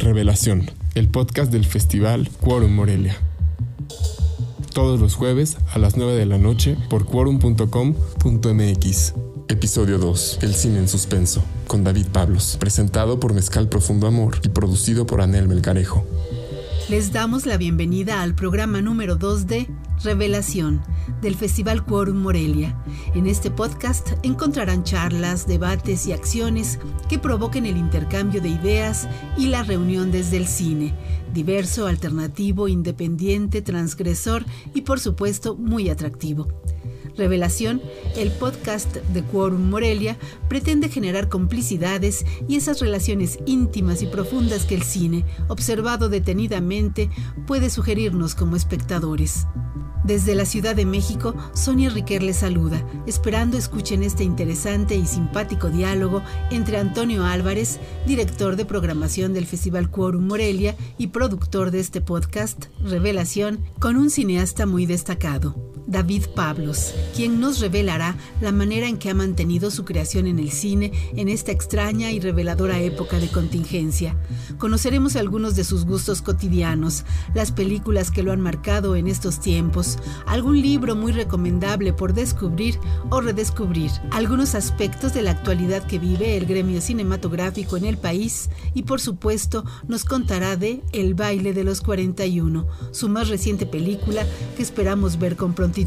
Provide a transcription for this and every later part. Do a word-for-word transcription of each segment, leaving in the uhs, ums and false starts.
Revelación, el podcast del Festival Quórum Morelia. Todos los jueves a las nueve de la noche por quórum punto com punto m x. Episodio dos, El cine en suspenso, con David Pablos, presentado por Mezcal Profundo Amor y producido por Anel Melgarejo. Les damos la bienvenida al programa número dos de Revelación, del Festival Quórum Morelia. En este podcast encontrarán charlas, debates y acciones que provoquen el intercambio de ideas y la reunión desde el cine, diverso, alternativo, independiente, transgresor y por supuesto muy atractivo. Revelación, el podcast de Quórum Morelia, pretende generar complicidades y esas relaciones íntimas y profundas que el cine, observado detenidamente, puede sugerirnos como espectadores. Desde la Ciudad de México, Sonia Riquer les saluda, esperando escuchen este interesante y simpático diálogo entre Antonio Álvarez, director de programación del Festival Quórum Morelia y productor de este podcast, Revelación, con un cineasta muy destacado, David Pablos, quien nos revelará la manera en que ha mantenido su creación en el cine en esta extraña y reveladora época de contingencia. Conoceremos algunos de sus gustos cotidianos, las películas que lo han marcado en estos tiempos, algún libro muy recomendable por descubrir o redescubrir, algunos aspectos de la actualidad que vive el gremio cinematográfico en el país y, por supuesto, nos contará de El baile de los cuarenta y uno, su más reciente película que esperamos ver con prontitud.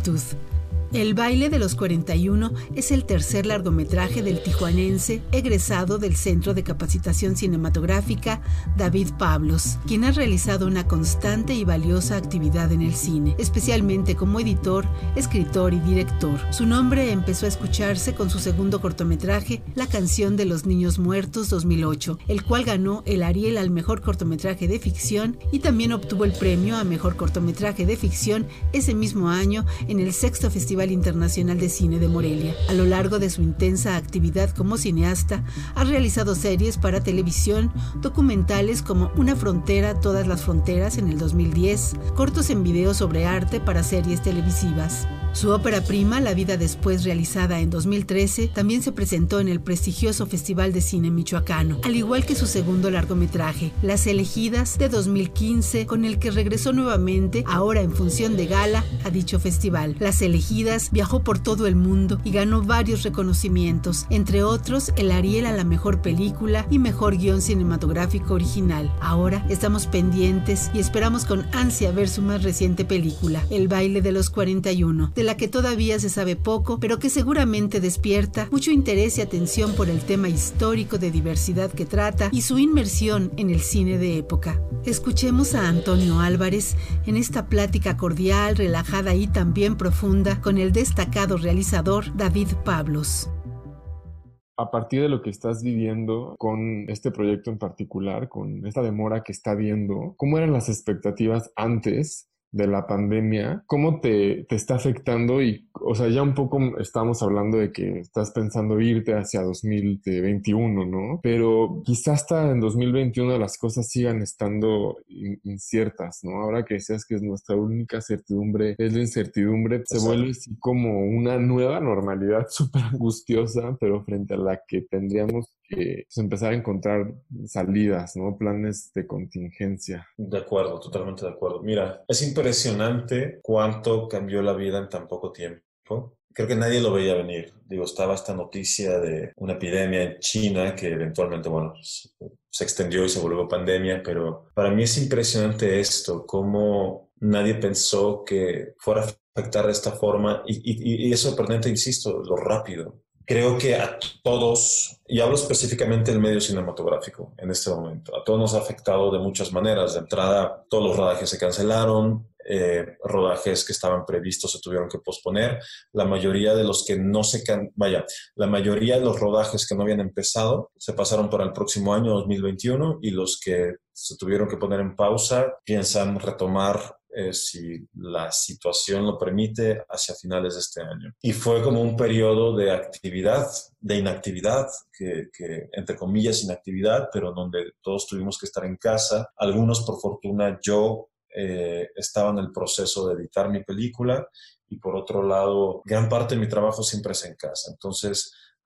El baile de los cuarenta y uno es el tercer largometraje del tijuanense egresado del Centro de Capacitación Cinematográfica David Pablos, quien ha realizado una constante y valiosa actividad en el cine, especialmente como editor, escritor y director. Su nombre empezó a escucharse con su segundo cortometraje, La canción de los niños muertos dos mil ocho, el cual ganó el Ariel al mejor cortometraje de ficción y también obtuvo el premio a mejor cortometraje de ficción ese mismo año en el sexto Festival Internacional de Cine de Morelia. A lo largo de su intensa actividad como cineasta, ha realizado series para televisión, documentales como Una frontera, todas las fronteras en el dos mil diez, cortos en video sobre arte para series televisivas. Su ópera prima, La vida después, realizada en dos mil trece, también se presentó en el prestigioso Festival de Cine Michoacano, al igual que su segundo largometraje, Las elegidas, de dos mil quince, con el que regresó nuevamente, ahora en función de gala, a dicho festival. Las elegidas viajó por todo el mundo y ganó varios reconocimientos, entre otros el Ariel a la mejor película y mejor guión cinematográfico original. Ahora estamos pendientes y esperamos con ansia ver su más reciente película, El baile de los cuarenta y uno, de la que todavía se sabe poco, pero que seguramente despierta mucho interés y atención por el tema histórico de diversidad que trata y su inmersión en el cine de época. Escuchemos a Antonio Álvarez en esta plática cordial, relajada y también profunda con el destacado realizador David Pablos. A partir de lo que estás viviendo con este proyecto en particular, con esta demora que está habiendo, ¿cómo eran las expectativas antes de la pandemia? ¿Cómo te, te está afectando? Y, o sea, ya un poco estamos hablando de que estás pensando irte hacia dos mil veintiuno, ¿no? Pero quizás hasta en dos mil veintiuno las cosas sigan estando in- inciertas, ¿no? Ahora que decías que es nuestra única certidumbre, es la incertidumbre, se vuelve así como una nueva normalidad súper angustiosa, pero frente a la que tendríamos que pues, empezar a encontrar salidas, ¿no? Planes de contingencia. De acuerdo, totalmente de acuerdo. Mira, es impresionante cuánto cambió la vida en tan poco tiempo. Creo que nadie lo veía venir. Digo, estaba esta noticia de una epidemia en China que eventualmente, bueno, se extendió y se volvió pandemia, pero para mí es impresionante esto, cómo nadie pensó que fuera a afectar de esta forma y, y, y es sorprendente, insisto, lo rápido. Creo que a todos, y hablo específicamente del medio cinematográfico en este momento, a todos nos ha afectado de muchas maneras. De entrada, todos los rodajes se cancelaron, eh, rodajes que estaban previstos se tuvieron que posponer. La mayoría de los que no se can... vaya, la mayoría de los rodajes que no habían empezado se pasaron para el próximo año dos mil veintiuno y los que se tuvieron que poner en pausa piensan retomar Eh, si la situación lo permite, hacia finales de este año. Y fue como un periodo de actividad, de inactividad, que, que entre comillas inactividad, pero donde todos tuvimos que estar en casa. Algunos, por fortuna, yo eh, estaba en el proceso de editar mi película y por otro lado, gran parte de mi trabajo siempre es en casa. Entonces,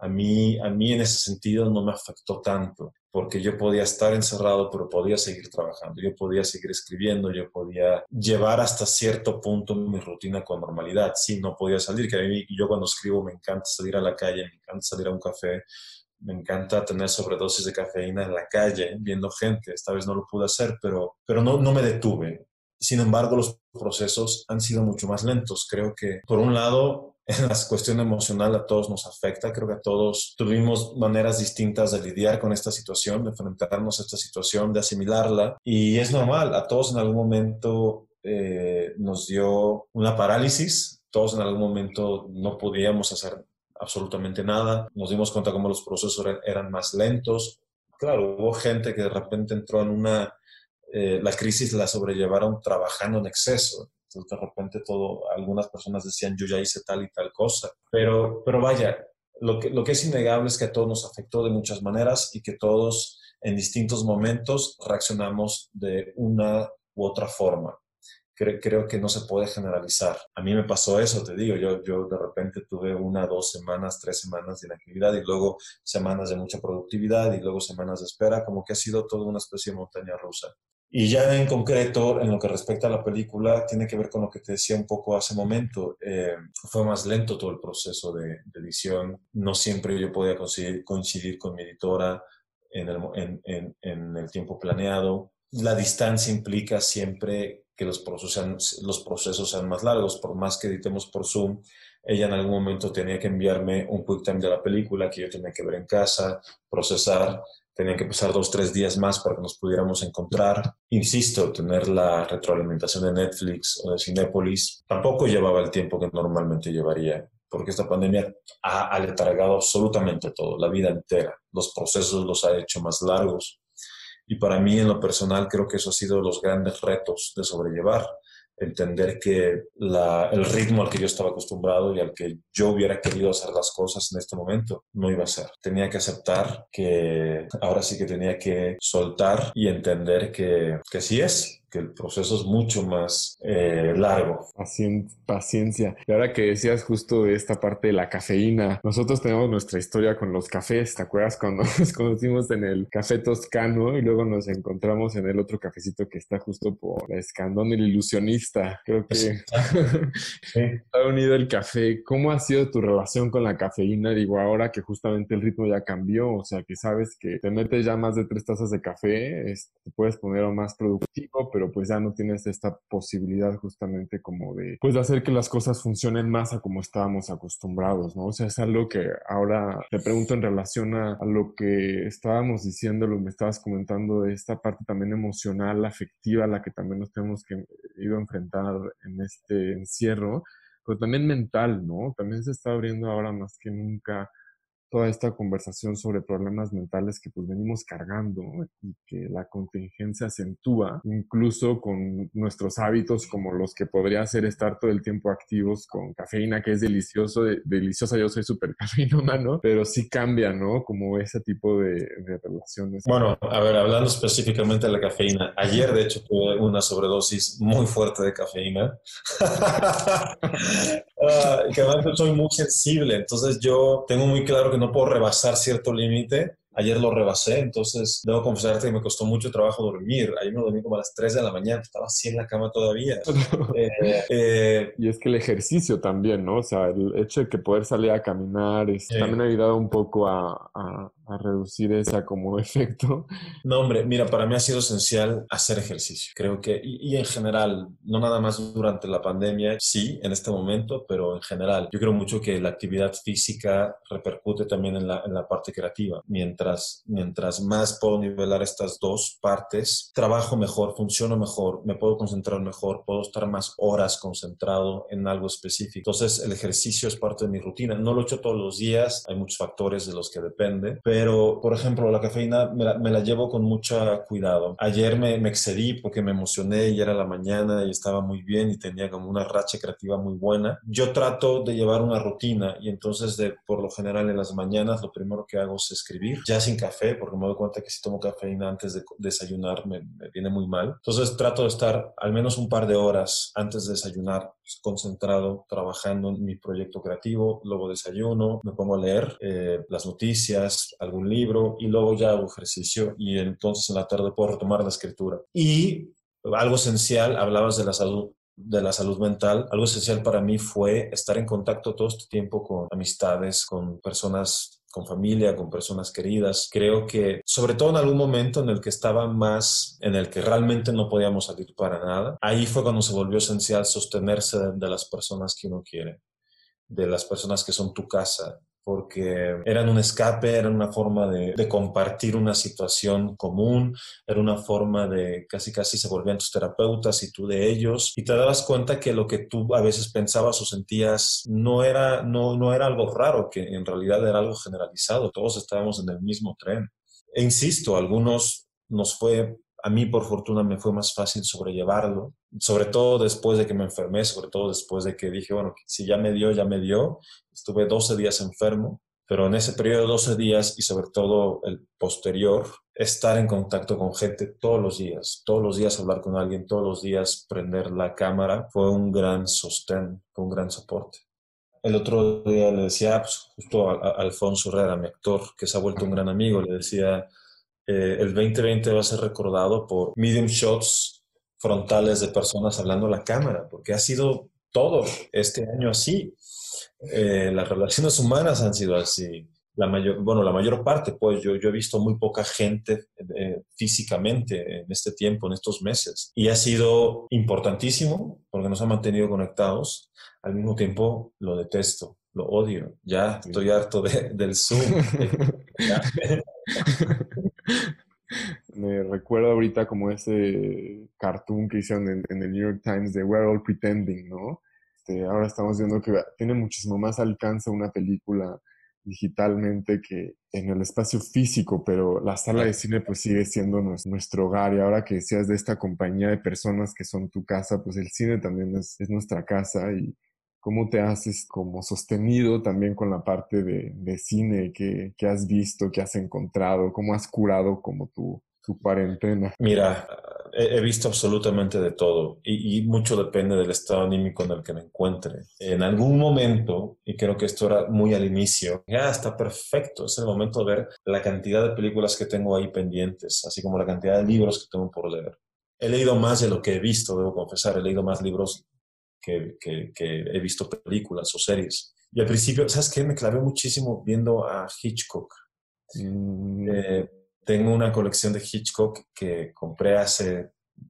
A mí, a mí en ese sentido no me afectó tanto, porque yo podía estar encerrado, pero podía seguir trabajando, yo podía seguir escribiendo, yo podía llevar hasta cierto punto mi rutina con normalidad. Sí, no podía salir, que a mí, yo cuando escribo me encanta salir a la calle, me encanta salir a un café, me encanta tener sobredosis de cafeína en la calle, viendo gente. Esta vez no lo pude hacer, pero, pero no, no me detuve. Sin embargo, los procesos han sido mucho más lentos. Creo que, por un lado, en la cuestión emocional a todos nos afecta. Creo que a todos tuvimos maneras distintas de lidiar con esta situación, de enfrentarnos a esta situación, de asimilarla. Y es normal, a todos en algún momento eh, nos dio una parálisis. Todos en algún momento no podíamos hacer absolutamente nada. Nos dimos cuenta cómo los procesos eran, eran más lentos. Claro, hubo gente que de repente entró en una... Eh, la crisis la sobrellevaron trabajando en exceso. Entonces, de repente, todo, algunas personas decían, yo ya hice tal y tal cosa. Pero, pero vaya, lo que, lo que es innegable es que a todos nos afectó de muchas maneras y que todos en distintos momentos reaccionamos de una u otra forma. Creo, creo que no se puede generalizar. A mí me pasó eso, te digo, yo, yo de repente tuve una, dos semanas, tres semanas de inactividad y luego semanas de mucha productividad y luego semanas de espera, como que ha sido toda una especie de montaña rusa. Y ya en concreto, en lo que respecta a la película, tiene que ver con lo que te decía un poco hace momento. Eh, fue más lento todo el proceso de, de edición. No siempre yo podía coincidir, coincidir con mi editora en el, en, en, en el tiempo planeado. La distancia implica siempre que los procesos, sean, los procesos sean más largos. Por más que editemos por Zoom, ella en algún momento tenía que enviarme un QuickTime de la película que yo tenía que ver en casa, procesar. Tenían que pasar dos, tres días más para que nos pudiéramos encontrar. Insisto, tener la retroalimentación de Netflix o de Cinépolis tampoco llevaba el tiempo que normalmente llevaría, porque esta pandemia ha aletargado absolutamente todo, la vida entera. Los procesos los ha hecho más largos. Y para mí, en lo personal, creo que eso ha sido los grandes retos de sobrellevar. Entender que la, el ritmo al que yo estaba acostumbrado y al que yo hubiera querido hacer las cosas en este momento no iba a ser. Tenía que aceptar que ahora sí que tenía que soltar y entender que, que así es, que el proceso es mucho más eh, largo. Pacien- paciencia. Y ahora que decías justo de esta parte de la cafeína, nosotros tenemos nuestra historia con los cafés. ¿Te acuerdas cuando nos conocimos en el Café Toscano y luego nos encontramos en el otro cafecito que está justo por la Escandón, el Ilusionista? Creo que Sí. ha unido el café. ¿Cómo ha sido tu relación con la cafeína? Digo, ahora que justamente el ritmo ya cambió, o sea, que sabes que te metes ya más de tres tazas de café, es- te puedes poner más productivo, pero pues ya no tienes esta posibilidad justamente como de, pues de hacer que las cosas funcionen más a como estábamos acostumbrados, ¿no? O sea, es algo que ahora te pregunto en relación a, a lo que estábamos diciendo, lo que me estabas comentando de esta parte también emocional, afectiva, a la que también nos tenemos que ido a enfrentar en este encierro, pero también mental, ¿no? También se está abriendo ahora más que nunca toda esta conversación sobre problemas mentales que pues venimos cargando, ¿no? Y que la contingencia acentúa, incluso con nuestros hábitos como los que podría ser estar todo el tiempo activos con cafeína, que es delicioso, de- deliciosa, yo soy súper cafeinómano, pero sí cambia, ¿no? Como ese tipo de, de relaciones. Bueno, a ver, hablando específicamente de la cafeína, ayer de hecho tuve una sobredosis muy fuerte de cafeína. Ah, que además yo soy muy sensible, entonces yo tengo muy claro que no puedo rebasar cierto límite. Ayer lo rebasé, entonces debo confesarte que me costó mucho trabajo dormir. Ayer me dormí como a las tres de la mañana, estaba así en la cama todavía. Eh, eh, Y es que el ejercicio también, ¿no? O sea, el hecho de que poder salir a caminar es, también ha eh, ayudado un poco a, a, a reducir ese como efecto. No, hombre, mira, para mí ha sido esencial hacer ejercicio. Creo que, y, y en general, no nada más durante la pandemia, sí, en este momento, pero en general, yo creo mucho que la actividad física repercute también en la, en la parte creativa. Mientras, mientras más puedo nivelar estas dos partes, trabajo mejor, funciono mejor, me puedo concentrar mejor, puedo estar más horas concentrado en algo específico. Entonces, el ejercicio es parte de mi rutina. No lo he hecho todos los días, hay muchos factores de los que depende, pero Pero, por ejemplo, la cafeína me la, me la llevo con mucho cuidado. Ayer me, me excedí porque me emocioné y era la mañana y estaba muy bien y tenía como una racha creativa muy buena. Yo trato de llevar una rutina y entonces, de, por lo general, en las mañanas lo primero que hago es escribir, ya sin café, porque me doy cuenta que si tomo cafeína antes de desayunar me, me viene muy mal. Entonces trato de estar al menos un par de horas antes de desayunar concentrado, trabajando en mi proyecto creativo, luego desayuno, me pongo a leer eh, las noticias, algún libro y luego ya hago ejercicio y entonces en la tarde puedo retomar la escritura. Y algo esencial, hablabas de la salud de la salud mental, algo esencial para mí fue estar en contacto todo este tiempo con amistades, con personas, con familia, con personas queridas. Creo que, sobre todo en algún momento en el que estaba más, en el que realmente no podíamos salir para nada, ahí fue cuando se volvió esencial sostenerse de, de las personas que uno quiere, de las personas que son tu casa, porque eran un escape, eran una forma de, de compartir una situación común, era una forma de casi casi se volvían tus terapeutas y tú de ellos, y te dabas cuenta que lo que tú a veces pensabas o sentías no era, no, no era algo raro, que en realidad era algo generalizado, todos estábamos en el mismo tren. E insisto, a algunos nos fue, a mí por fortuna me fue más fácil sobrellevarlo, sobre todo después de que me enfermé, sobre todo después de que dije, bueno, si ya me dio, ya me dio. Estuve doce días enfermo, pero en ese periodo de doce días y sobre todo el posterior, estar en contacto con gente todos los días, todos los días hablar con alguien, todos los días prender la cámara, fue un gran sostén, fue un gran soporte. El otro día le decía, pues, justo a, a Alfonso Herrera, mi actor, que se ha vuelto un gran amigo, le decía, eh, el veinte veinte va a ser recordado por medium shots frontales de personas hablando a la cámara, porque ha sido todo este año así. Eh, las relaciones humanas han sido así. La mayor, bueno, la mayor parte, pues yo, yo he visto muy poca gente eh, físicamente en este tiempo, en estos meses. Y ha sido importantísimo porque nos ha mantenido conectados. Al mismo tiempo, lo detesto, lo odio. Ya estoy harto de, del Zoom. Me recuerdo ahorita como ese cartoon que hicieron en, en el New York Times de We're All Pretending, ¿no? Este, ahora estamos viendo que tiene muchísimo más alcance una película digitalmente que en el espacio físico, pero la sala de cine pues sigue siendo nuestro, nuestro hogar. Y ahora que decías de esta compañía de personas que son tu casa, pues el cine también es, es nuestra casa. Y cómo te haces como sostenido también con la parte de, de cine que, que has visto, que has encontrado, cómo has curado como tu, tu cuarentena. Mira, he, he visto absolutamente de todo y, y mucho depende del estado anímico en el que me encuentre. En algún momento, y creo que esto era muy al inicio, ya está perfecto, es el momento de ver la cantidad de películas que tengo ahí pendientes, así como la cantidad de libros que tengo por leer. He leído más de lo que he visto, debo confesar, he leído más libros que, que, que he visto películas o series. Y al principio, ¿sabes qué? Me clavé muchísimo viendo a Hitchcock. Mm. Eh, tengo una colección de Hitchcock que compré hace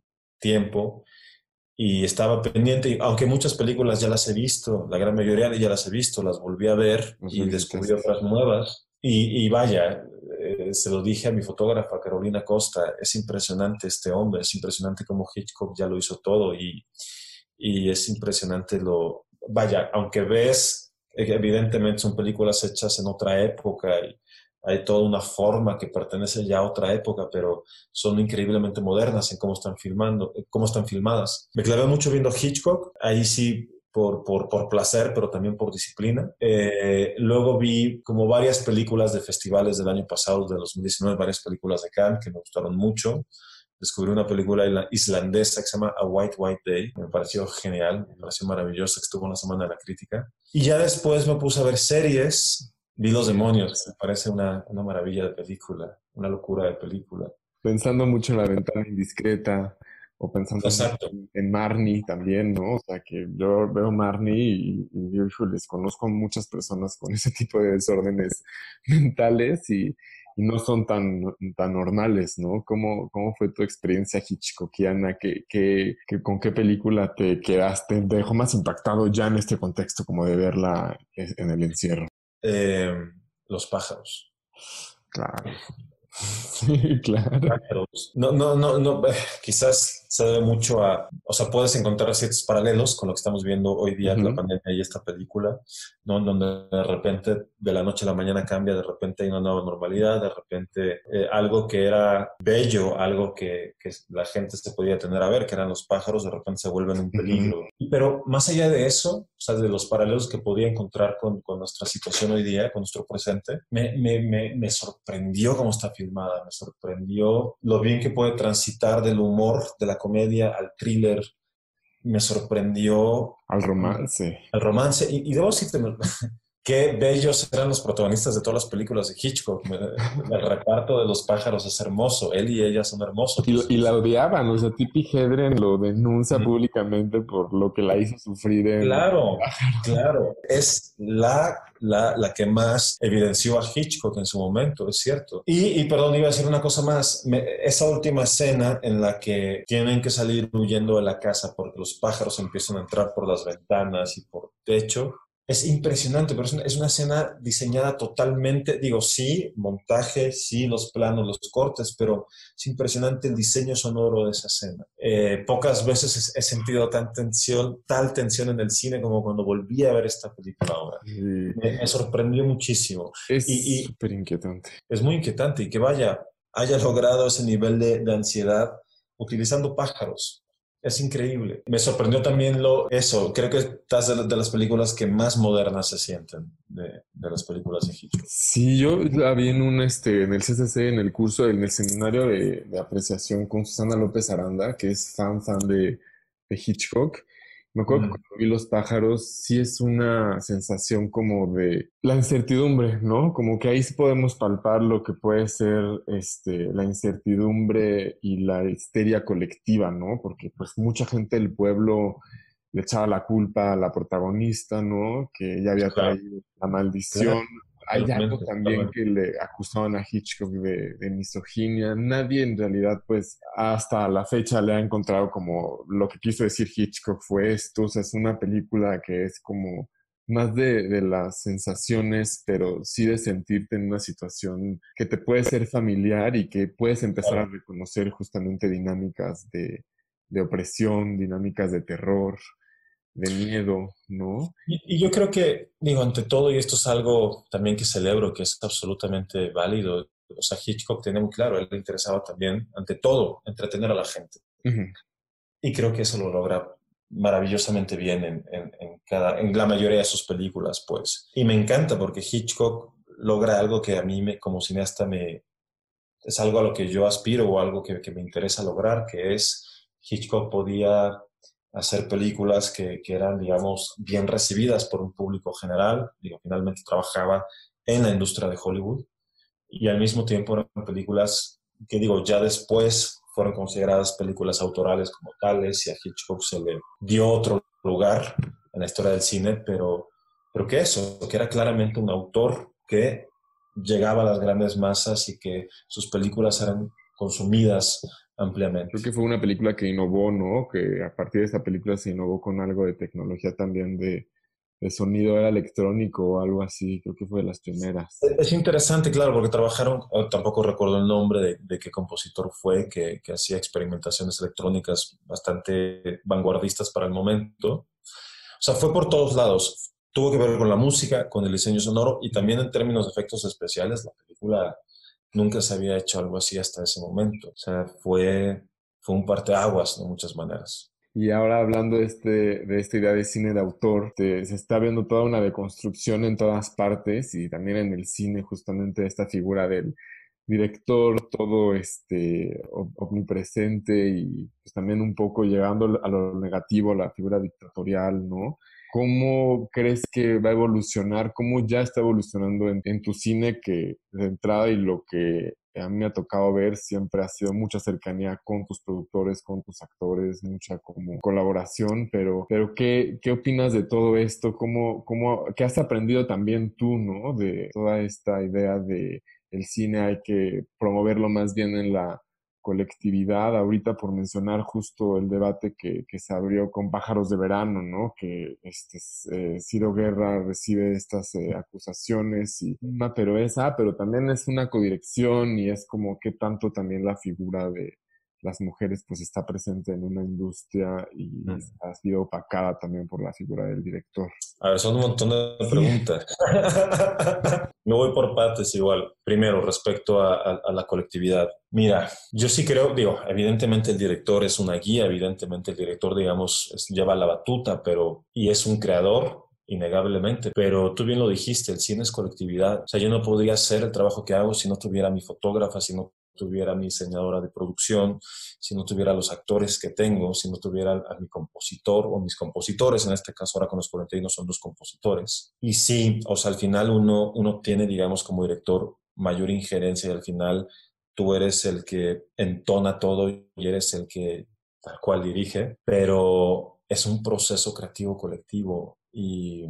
tiempo y estaba pendiente, y aunque muchas películas ya las he visto, la gran mayoría ya las he visto, las volví a ver y sí, descubrí otras nuevas. Y, y vaya, eh, se lo dije a mi fotógrafa, Carolina Costa, es impresionante este hombre, es impresionante cómo Hitchcock ya lo hizo todo y, y es impresionante lo... Vaya, aunque ves, evidentemente son películas hechas en otra época y hay toda una forma que pertenece ya a otra época, pero son increíblemente modernas en cómo están filmando, cómo están filmadas. Me clavé mucho viendo Hitchcock, ahí sí por, por, por placer, pero también por disciplina. Eh, luego vi como varias películas de festivales del año pasado, de dos mil diecinueve, varias películas de Cannes que me gustaron mucho. Descubrí una película islandesa que se llama A White White Day. Me pareció genial, me pareció maravillosa, que estuvo una semana de la crítica. Y ya después me puse a ver series. Vi Los Demonios, me parece una, una maravilla de película, una locura de película. Pensando mucho en La Ventana Indiscreta, o pensando en, en Marnie también, ¿no? O sea, que yo veo Marnie y, y yo les conozco muchas personas con ese tipo de desórdenes mentales y, y no son tan, tan normales, ¿no? ¿Cómo, cómo fue tu experiencia hitchcockiana? ¿Qué, qué, qué, ¿Con qué película te quedaste? ¿Te dejó más impactado ya en este contexto como de verla en el encierro? Eh, los pájaros. Claro. Sí, claro. Pájaros. No, no, no, no, quizás se debe mucho a, o sea, puedes encontrar ciertos paralelos con lo que estamos viendo hoy día, uh-huh. la pandemia y esta película, ¿no? Donde de repente de la noche a la mañana cambia, de repente hay una nueva normalidad, de repente eh, algo que era bello, algo que, que la gente se podía tener a ver, que eran los pájaros, de repente se vuelven un peligro. Uh-huh. Pero más allá de eso, o sea, de los paralelos que podía encontrar con, con nuestra situación hoy día, con nuestro presente, me, me, me, me sorprendió cómo está filmada, me sorprendió lo bien que puede transitar del humor, de la comedia al thriller, me sorprendió al romance. Al romance, y, y debo decirte qué bellos eran los protagonistas de todas las películas de Hitchcock. El reparto de los pájaros es hermoso, él y ella son hermosos. Y, y la odiaban, o sea, Tippi Hedren lo denuncia mm. públicamente por lo que la hizo sufrir en Claro, claro, es la, la, la que más evidenció a Hitchcock en su momento, es cierto. Y, y perdón, iba a decir una cosa más, Me, esa última escena en la que tienen que salir huyendo de la casa porque los pájaros empiezan a entrar por las ventanas y por techo, es impresionante, pero es una, es una escena diseñada totalmente, digo, sí, montaje, sí, los planos, los cortes, pero es impresionante el diseño sonoro de esa escena. Eh, pocas veces he, he sentido tan tensión, tal tensión en el cine como cuando volví a ver esta película ahora. Sí. Me, me sorprendió muchísimo. Es súper inquietante. Es muy inquietante y que vaya, haya logrado ese nivel de, de ansiedad utilizando pájaros. Es increíble. Me sorprendió también lo, eso. Creo que estás de, de las películas que más modernas se sienten de, de las películas de Hitchcock. Sí, yo la vi en un este en el C C C, en el curso, en el seminario de, de apreciación con Susana López Aranda, que es fan fan de, de Hitchcock. Me acuerdo mm. que cuando vi Los pájaros, sí es una sensación como de la incertidumbre, ¿no? Como que ahí sí podemos palpar lo que puede ser este, la incertidumbre y la histeria colectiva, ¿no? Porque pues mucha gente del pueblo le echaba la culpa a la protagonista, ¿no? Que ella había claro. traído la maldición. Claro. Hay algo también que le acusaban a Hitchcock de, de misoginia. Nadie en realidad, pues, hasta la fecha le ha encontrado como lo que quiso decir Hitchcock fue esto. O sea, es una película que es como más de, de las sensaciones, pero sí de sentirte en una situación que te puede ser familiar y que puedes empezar claro. a reconocer justamente dinámicas de, de opresión, dinámicas de terror, de miedo, ¿no? Y, y yo creo que, digo, ante todo, y esto es algo también que celebro, que es absolutamente válido, o sea, Hitchcock tenía muy claro, a él le interesaba también, ante todo, entretener a la gente. Uh-huh. Y creo que eso lo logra maravillosamente bien en, en, en, cada, en la mayoría de sus películas, pues. Y me encanta porque Hitchcock logra algo que a mí, me, como cineasta, me, es algo a lo que yo aspiro o algo que, que me interesa lograr, que es Hitchcock podía hacer películas que, que eran, digamos, bien recibidas por un público general. Digo, finalmente trabajaba en la industria de Hollywood y al mismo tiempo eran películas que, digo, ya después fueron consideradas películas autorales como tales y a Hitchcock se le dio otro lugar en la historia del cine, pero, pero que eso, que era claramente un autor que llegaba a las grandes masas y que sus películas eran consumidas ampliamente. Creo que fue una película que innovó, ¿no? Que a partir de esta película se innovó con algo de tecnología también de, de sonido era electrónico o algo así. Creo que fue de las primeras. Es interesante, claro, porque trabajaron, tampoco recuerdo el nombre de, de qué compositor fue, que, que hacía experimentaciones electrónicas bastante vanguardistas para el momento. O sea, fue por todos lados. Tuvo que ver con la música, con el diseño sonoro y también en términos de efectos especiales. La película nunca se había hecho algo así hasta ese momento. O sea, fue, fue un parteaguas de muchas maneras. Y ahora hablando de, este, de esta idea de cine de autor, te, se está viendo toda una deconstrucción en todas partes y también en el cine justamente esta figura del director todo este omnipresente y pues también un poco llegando a lo negativo, la figura dictatorial, ¿no? ¿Cómo crees que va a evolucionar? ¿Cómo ya está evolucionando en, en tu cine que de entrada y lo que a mí me ha tocado ver siempre ha sido mucha cercanía con tus productores, con tus actores, mucha como colaboración, pero, pero ¿qué, qué opinas de todo esto? ¿Cómo, cómo, qué has aprendido también tú, ¿no? De toda esta idea de el cine hay que promoverlo más bien en la colectividad, ahorita por mencionar justo el debate que, que se abrió con Pájaros de Verano, ¿no? Que este, eh, Ciro Guerra recibe estas eh, acusaciones, y, pero es, ah, pero también es una codirección y es como que tanto también la figura de las mujeres pues está presente en una industria y Mm. ha sido opacada también por la figura del director. A ver, son un montón de Sí. preguntas. Me voy por partes igual. Primero, respecto a, a, a la colectividad. Mira, yo sí creo, digo, evidentemente el director es una guía, evidentemente el director, digamos, es- lleva la batuta, pero, y es un creador, innegablemente, pero tú bien lo dijiste, el cine es colectividad. O sea, yo no podría hacer el trabajo que hago si no tuviera mi fotógrafa, si no tuviera mi diseñadora de producción, si no tuviera los actores que tengo, si no tuviera a mi compositor o mis compositores, en este caso ahora con los cuarenta y uno son los compositores. Y sí, o sea, al final uno, uno tiene, digamos, como director mayor injerencia y al final tú eres el que entona todo y eres el que tal cual dirige, pero es un proceso creativo colectivo y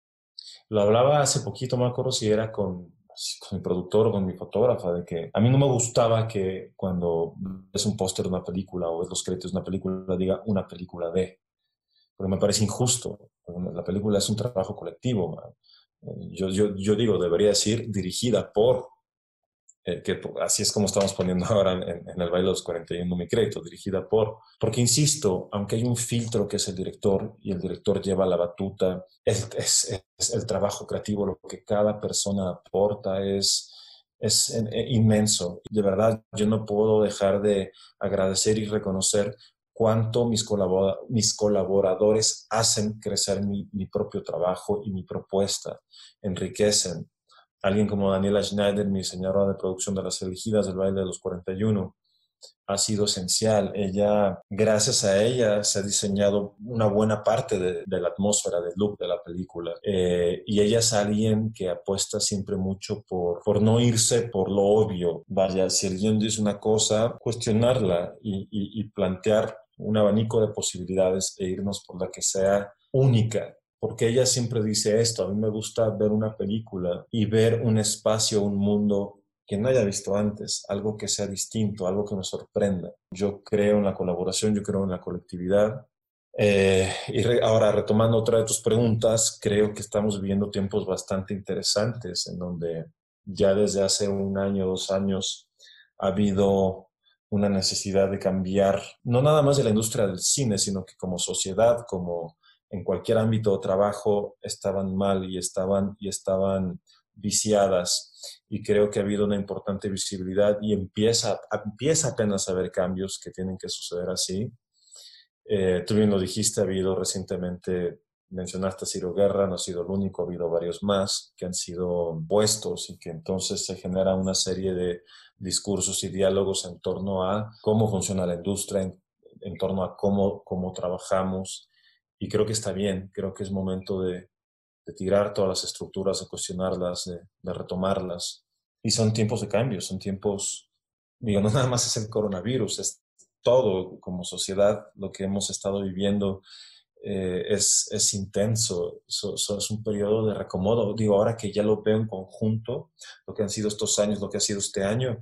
lo hablaba hace poquito, me acuerdo si era con, con mi productor o con mi fotógrafa, de que a mí no me gustaba que cuando ves un póster de una película o ves los créditos de una película diga una película de, porque me parece injusto. La película es un trabajo colectivo. Yo, yo, yo digo, debería decir dirigida por eh, que así es como estamos poniendo ahora en, en el baile de los cuarenta y uno mi crédito, dirigida por, porque insisto, aunque hay un filtro que es el director y el director lleva la batuta, es, es, es el trabajo creativo, lo que cada persona aporta es, es en, en, inmenso. De verdad, yo no puedo dejar de agradecer y reconocer cuánto mis, colabora mis colaboradores hacen crecer mi, mi propio trabajo y mi propuesta, enriquecen. Alguien como Daniela Schneider, mi diseñadora de producción de las elegidas del baile de los cuarenta y uno, ha sido esencial. Ella, gracias a ella, se ha diseñado una buena parte de, de la atmósfera, del look de la película. Eh, y ella es alguien que apuesta siempre mucho por, por no irse por lo obvio. Vaya, si el guión dice una cosa, cuestionarla y, y, y plantear un abanico de posibilidades e irnos por la que sea única. Porque ella siempre dice esto, a mí me gusta ver una película y ver un espacio, un mundo que no haya visto antes, algo que sea distinto, algo que me sorprenda. Yo creo en la colaboración, yo creo en la colectividad. Eh, y re ahora, retomando otra de tus preguntas, creo que estamos viviendo tiempos bastante interesantes en donde ya desde hace un año, dos años, ha habido una necesidad de cambiar, no nada más de la industria del cine, sino que como sociedad, como en cualquier ámbito de trabajo, estaban mal y estaban, y estaban viciadas. Y creo que ha habido una importante visibilidad y empieza, empieza apenas a haber cambios que tienen que suceder así. Eh, tú bien lo dijiste, ha habido recientemente, mencionaste a Ciro Guerra, no ha sido el único, ha habido varios más que han sido puestos y que entonces se genera una serie de discursos y diálogos en torno a cómo funciona la industria, en, en torno a cómo, cómo trabajamos. Y creo que está bien, creo que es momento de, de tirar todas las estructuras, de cuestionarlas, de, de retomarlas. Y son tiempos de cambio, son tiempos, digo, no nada más es el coronavirus, es todo como sociedad, lo que hemos estado viviendo eh, es, es intenso, so, so es un periodo de recomodo. Digo, ahora que ya lo veo en conjunto, lo que han sido estos años, lo que ha sido este año,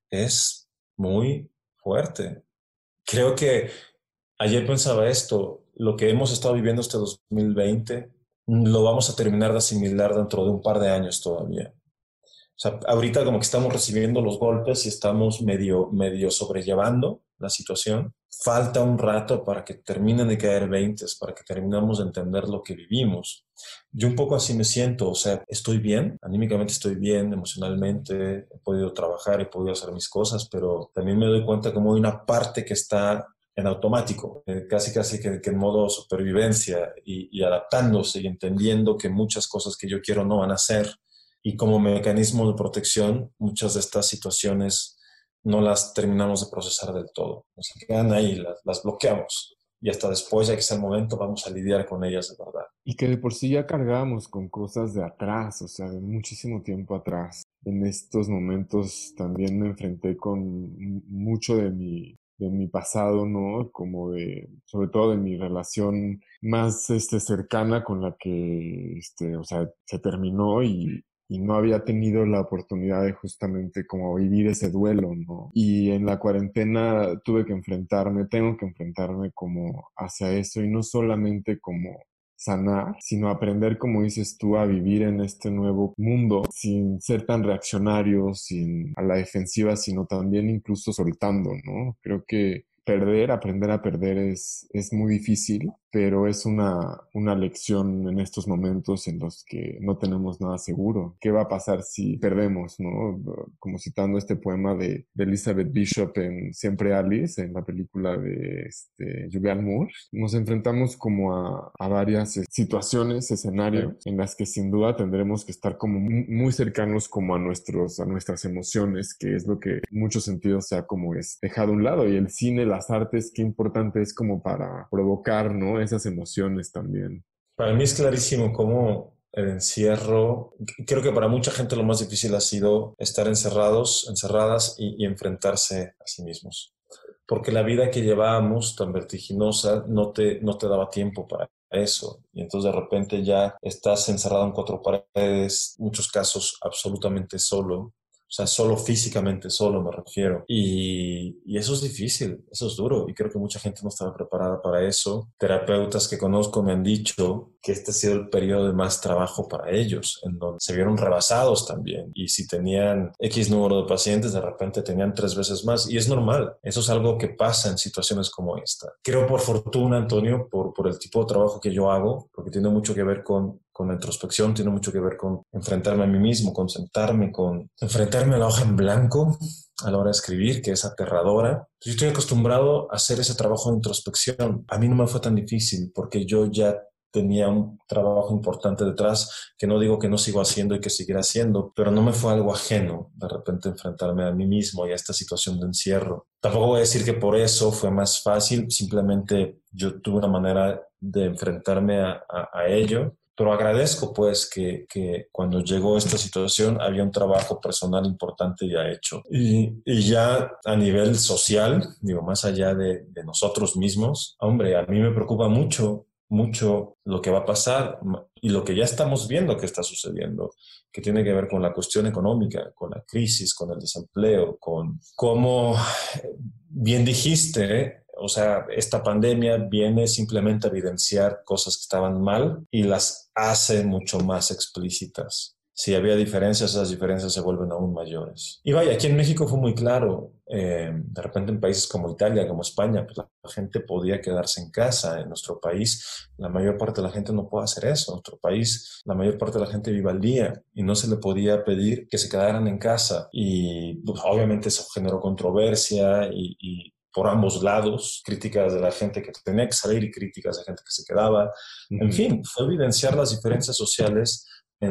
es muy fuerte. Creo que ayer pensaba esto, lo que hemos estado viviendo este dos mil veinte, lo vamos a terminar de asimilar dentro de un par de años todavía. O sea, ahorita como que estamos recibiendo los golpes y estamos medio, medio sobrellevando la situación. Falta un rato para que terminen de caer veintes, para que terminemos de entender lo que vivimos. Yo un poco así me siento, o sea, estoy bien, anímicamente estoy bien, emocionalmente, he podido trabajar, he podido hacer mis cosas, pero también me doy cuenta como hay una parte que está en automático, eh, casi casi que, que en modo supervivencia y, y adaptándose y entendiendo que muchas cosas que yo quiero no van a ser. Y como mecanismo de protección, muchas de estas situaciones no las terminamos de procesar del todo. O sea, quedan ahí, las, las bloqueamos. Y hasta después, ya que sea el momento, vamos a lidiar con ellas de verdad. Y que de por sí ya cargábamos con cosas de atrás, o sea, de muchísimo tiempo atrás. En estos momentos también me enfrenté con m- mucho de mi, de mi pasado, ¿no? Como de, sobre todo de mi relación más, este, cercana con la que, este, o sea, se terminó y, y no había tenido la oportunidad de justamente como vivir ese duelo, ¿no? Y en la cuarentena tuve que enfrentarme, tengo que enfrentarme como hacia eso y no solamente como sanar, sino aprender, como dices tú, a vivir en este nuevo mundo sin ser tan reaccionarios, sin a la defensiva, sino también incluso soltando, ¿no? Creo que perder, aprender a perder es, es muy difícil, pero es una, una lección en estos momentos en los que no tenemos nada seguro. ¿Qué va a pasar si perdemos, no? Como citando este poema de, de Elizabeth Bishop en Siempre Alice, en la película de este, Julianne Moore. Nos enfrentamos como a, a varias situaciones, escenarios, en las que sin duda tendremos que estar como muy, muy cercanos como a, nuestros, a nuestras emociones, que es lo que en muchos sentidos se ha como es dejado a un lado. Y el cine, las artes, qué importante es como para provocar, ¿no? Esas emociones también. Para mí es clarísimo cómo el encierro, creo que para mucha gente lo más difícil ha sido estar encerrados, encerradas y, y enfrentarse a sí mismos. Porque la vida que llevábamos tan vertiginosa no te, no te daba tiempo para eso. Y entonces de repente ya estás encerrado en cuatro paredes, en muchos casos absolutamente solo. O sea, solo físicamente, solo me refiero. Y, y eso es difícil, eso es duro. Y creo que mucha gente no estaba preparada para eso. Terapeutas que conozco me han dicho que este ha sido el periodo de más trabajo para ellos, en donde se vieron rebasados también. Y si tenían X número de pacientes, de repente tenían tres veces más. Y es normal. Eso es algo que pasa en situaciones como esta. Creo por fortuna, Antonio, por, por el tipo de trabajo que yo hago, porque tiene mucho que ver con con la introspección, tiene mucho que ver con enfrentarme a mí mismo, con sentarme, con enfrentarme a la hoja en blanco a la hora de escribir, que es aterradora. Yo estoy acostumbrado a hacer ese trabajo de introspección. A mí no me fue tan difícil porque yo ya tenía un trabajo importante detrás, que no digo que no sigo haciendo y que seguiré haciendo, pero no me fue algo ajeno de repente enfrentarme a mí mismo y a esta situación de encierro. Tampoco voy a decir que por eso fue más fácil, simplemente yo tuve una manera de enfrentarme a, a, a ello. Pero agradezco pues que, que cuando llegó esta situación había un trabajo personal importante ya hecho. Y, y ya a nivel social, digo, más allá de, de nosotros mismos, hombre, a mí me preocupa mucho, mucho lo que va a pasar y lo que ya estamos viendo que está sucediendo, que tiene que ver con la cuestión económica, con la crisis, con el desempleo, con cómo, bien dijiste, ¿eh? O sea, esta pandemia viene simplemente a evidenciar cosas que estaban mal y las hace mucho más explícitas. Si había diferencias, esas diferencias se vuelven aún mayores. Y vaya, aquí en México fue muy claro. Eh, de repente en países como Italia, como España, pues la gente podía quedarse en casa. En nuestro país, la mayor parte de la gente no puede hacer eso. En nuestro país, la mayor parte de la gente vive al día y no se le podía pedir que se quedaran en casa. Y pues, obviamente eso generó controversia y, y por ambos lados, críticas de la gente que tenía que salir y críticas de gente que se quedaba. Uh-huh. En fin, fue evidenciar las diferencias sociales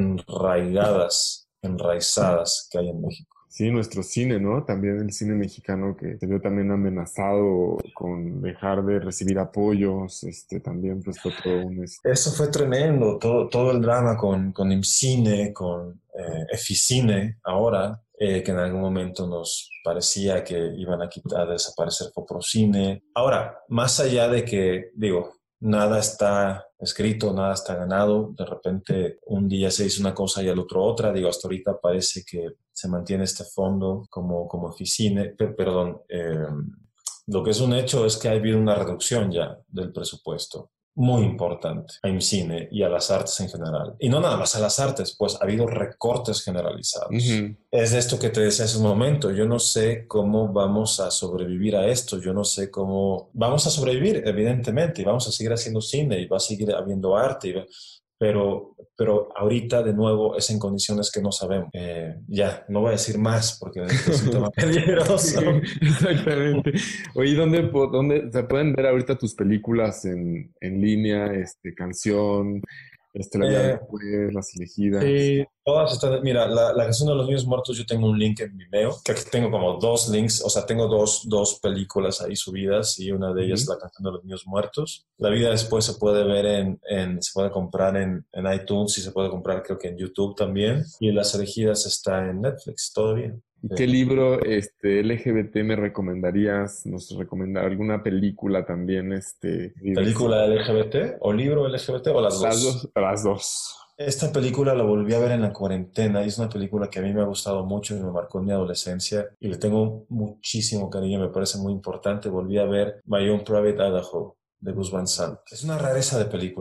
enraigadas, enraizadas que hay en México. Sí, nuestro cine, ¿no? También el cine mexicano que se vio también amenazado con dejar de recibir apoyos, este, también pues fue todo un... Este... Eso fue tremendo, todo, todo el drama con, con IMCINE, con eh, Eficine ahora, eh, que en algún momento nos parecía que iban a quitar, a desaparecer Foprocine. Ahora, más allá de que, digo, nada está escrito, nada está ganado, de repente un día se dice una cosa y al otro otra, digo, hasta ahorita parece que se mantiene este fondo como, como Eficine, perdón, eh, lo que es un hecho es que ha habido una reducción ya del presupuesto muy importante a IMCINE y a las artes en general. Y no nada más a las artes, pues ha habido recortes generalizados. Uh-huh. Es esto que te decía hace un momento, yo no sé cómo vamos a sobrevivir a esto, yo no sé cómo... Vamos a sobrevivir, evidentemente, y vamos a seguir haciendo cine y va a seguir habiendo arte, y va... pero, pero ahorita de nuevo es en condiciones que no sabemos. Eh, ya, no voy a decir más porque es un tema peligroso. Exactamente. Oye, ¿dónde, dónde se pueden ver ahorita tus películas en, en línea, este, canción, este, la vida eh, después, las elegidas? Sí, todas están. Mira, la, la canción de los niños muertos, yo tengo un link en Vimeo, que aquí tengo como dos links, o sea, tengo dos, dos películas ahí subidas y una de ellas es uh-huh. la canción de los niños muertos. La vida después se puede ver en, en se puede comprar en, en iTunes y se puede comprar creo que en YouTube también. Y Las elegidas está en Netflix todavía. ¿Y qué libro este, L G B T me recomendarías? ¿Nos recomendaría alguna película también? Este, ¿Película L G B T o libro L G B T o las dos? Las dos. Las dos. Esta película la volví a ver en la cuarentena y es una película que a mí me ha gustado mucho y me marcó en mi adolescencia y le tengo muchísimo cariño, me parece muy importante. Volví a ver My Own Private Idaho de Gus Van Sant. Es una rareza de película.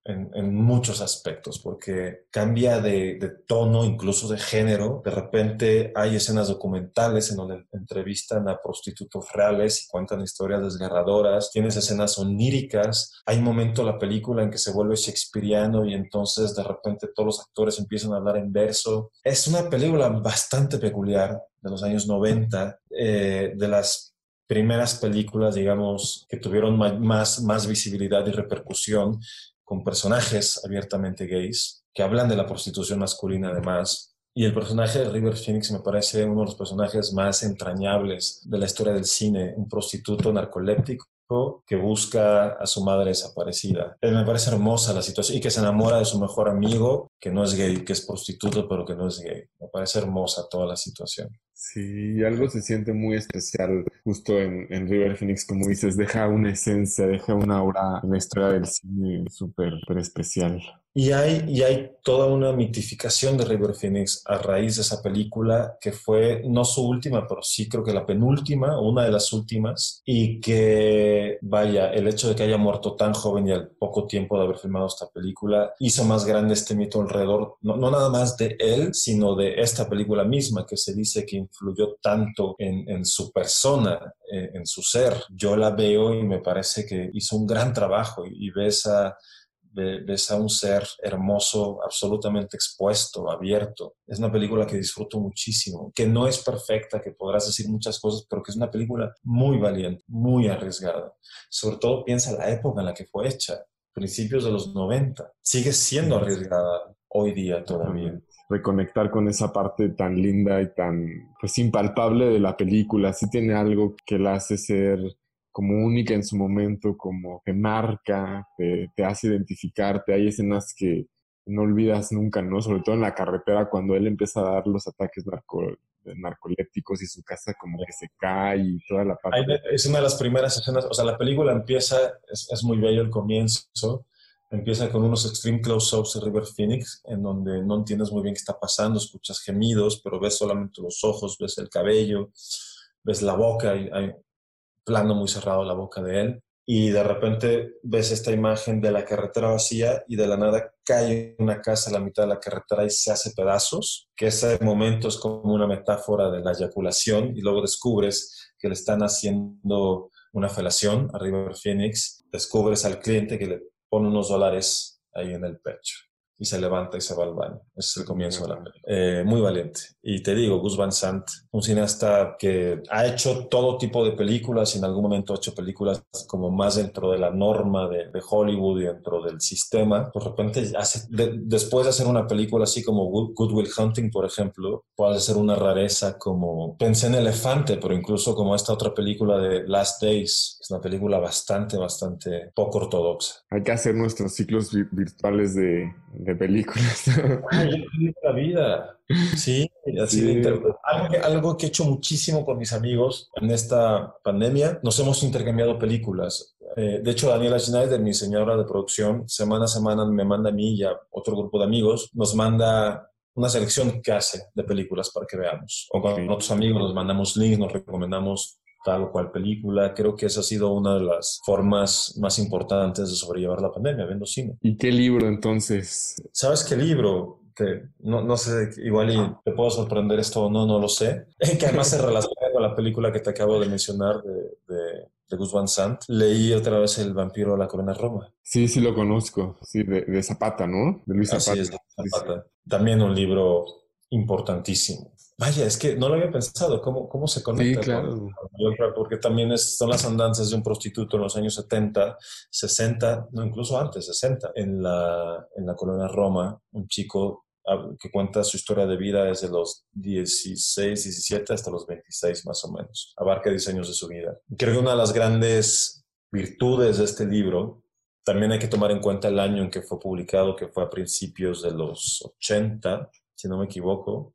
en, en muchos aspectos, porque cambia de, de tono, incluso de género. De repente hay escenas documentales en donde entrevistan a prostitutos reales y cuentan historias desgarradoras. Tienes escenas oníricas. Hay un momento en la película en que se vuelve shakespeariano y entonces de repente todos los actores empiezan a hablar en verso. Es una película bastante peculiar de los años noventa, eh, de las primeras películas, digamos, que tuvieron más, más visibilidad y repercusión, con personajes abiertamente gays, que hablan de la prostitución masculina además. Y el personaje de River Phoenix me parece uno de los personajes más entrañables de la historia del cine, un prostituto narcoléptico que busca a su madre desaparecida. Eh, me parece hermosa la situación y que se enamora de su mejor amigo, que no es gay, que es prostituto, pero que no es gay. Me parece hermosa toda la situación. Sí, algo se siente muy especial justo en, en River Phoenix, como dices, deja una esencia, deja una aura en la historia del cine súper súper especial. Y hay, y hay toda una mitificación de River Phoenix a raíz de esa película, que fue no su última, pero sí creo que la penúltima, una de las últimas, y que, vaya, el hecho de que haya muerto tan joven y al poco tiempo de haber filmado esta película, hizo más grande este mito alrededor, no, no nada más de él, sino de esta película misma, que se dice que influyó tanto en, en su persona, en, en su ser. Yo la veo y me parece que hizo un gran trabajo y, y ves a ves a un ser hermoso, absolutamente expuesto, abierto. Es una película que disfruto muchísimo, que no es perfecta, que podrás decir muchas cosas, pero que es una película muy valiente, muy arriesgada. Sobre todo piensa la época en la que fue hecha, principios de los noventa. Sigue siendo arriesgada hoy día todavía. Reconectar con esa parte tan linda y tan, pues, impalpable de la película. Sí tiene algo que la hace ser como única en su momento, como que marca, te, te hace identificarte. Hay escenas que no olvidas nunca, ¿no? Sobre todo en la carretera, cuando él empieza a dar los ataques narco, narcolépticos y su casa como que se cae y toda la parte. Es una de las primeras escenas, o sea, la película empieza, es, es muy bello el comienzo, empieza con unos extreme close-ups de River Phoenix, en donde no entiendes muy bien qué está pasando, escuchas gemidos, pero ves solamente los ojos, ves el cabello, ves la boca, y hay plano muy cerrado la boca de él, y de repente ves esta imagen de la carretera vacía y de la nada cae una casa a la mitad de la carretera y se hace pedazos, que ese momento es como una metáfora de la eyaculación, y luego descubres que le están haciendo una felación a River Phoenix, descubres al cliente que le pone unos dólares ahí en el pecho y se levanta y se va al baño. Ese es el comienzo de la película. Eh, muy valiente. Y te digo, Gus Van Sant, un cineasta que ha hecho todo tipo de películas y en algún momento ha hecho películas como más dentro de la norma de, de Hollywood y dentro del sistema. De repente, hace, de, después de hacer una película así como Good, Good Will Hunting, por ejemplo, puede hacer una rareza como, pensé en Elefante, pero incluso como esta otra película de Last Days. Es una película bastante, bastante poco ortodoxa. Hay que hacer nuestros ciclos vi- virtuales de, de películas. Ay, yo la vida. Sí, así Sí. de inter... algo, que, algo que he hecho muchísimo con mis amigos en esta pandemia, nos hemos intercambiado películas. Eh, de hecho, Daniela Schneider, mi señora de producción, semana a semana me manda a mí y a otro grupo de amigos, nos manda una selección que hace de películas para que veamos. O con Okay. otros amigos nos mandamos links, nos recomendamos tal o cual película. Creo que esa ha sido una de las formas más importantes de sobrellevar la pandemia, viendo cine. ¿Y qué libro entonces? ¿Sabes qué libro? Que no, no sé, igual y te puedo sorprender esto o no, no lo sé. Que además se relaciona con la película que te acabo de mencionar de, de, de Gus Van Sant. Leí otra vez El vampiro de la colonia Roma. Sí, sí lo conozco. Sí, de, de Zapata, ¿no? De Luis Zapata. Así es, de Zapata. También un libro importantísimo. Vaya, es que no lo había pensado, ¿cómo, cómo se conecta? Sí, claro. Con, porque también es, son las andanzas de un prostituto en los años setenta, sesenta, no, incluso antes, sesenta, en la, en la colonia Roma, un chico que cuenta su historia de vida desde los dieciséis, diecisiete hasta los veintiséis más o menos. Abarca diez años de su vida. Creo que una de las grandes virtudes de este libro, también hay que tomar en cuenta el año en que fue publicado, que fue a principios de los ochenta, si no me equivoco,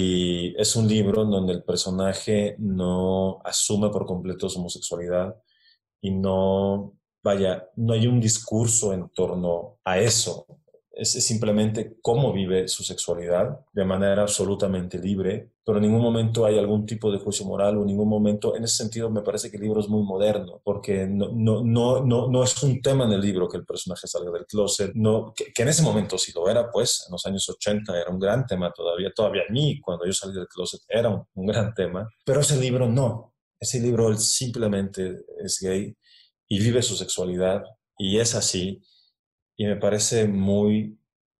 y es un libro en donde el personaje no asume por completo su homosexualidad y no, vaya, no hay un discurso en torno a eso. es simplemente cómo vive su sexualidad de manera absolutamente libre, pero en ningún momento hay algún tipo de juicio moral o en ningún momento, en ese sentido me parece que el libro es muy moderno, porque no, no, no, no, no es un tema en el libro que el personaje salga del closet, no, que, que en ese momento sí lo era, pues en los años ochenta era un gran tema todavía, todavía a mí cuando yo salí del closet era un, un gran tema, pero ese libro no, ese libro él simplemente es gay y vive su sexualidad y es así, y me parece muy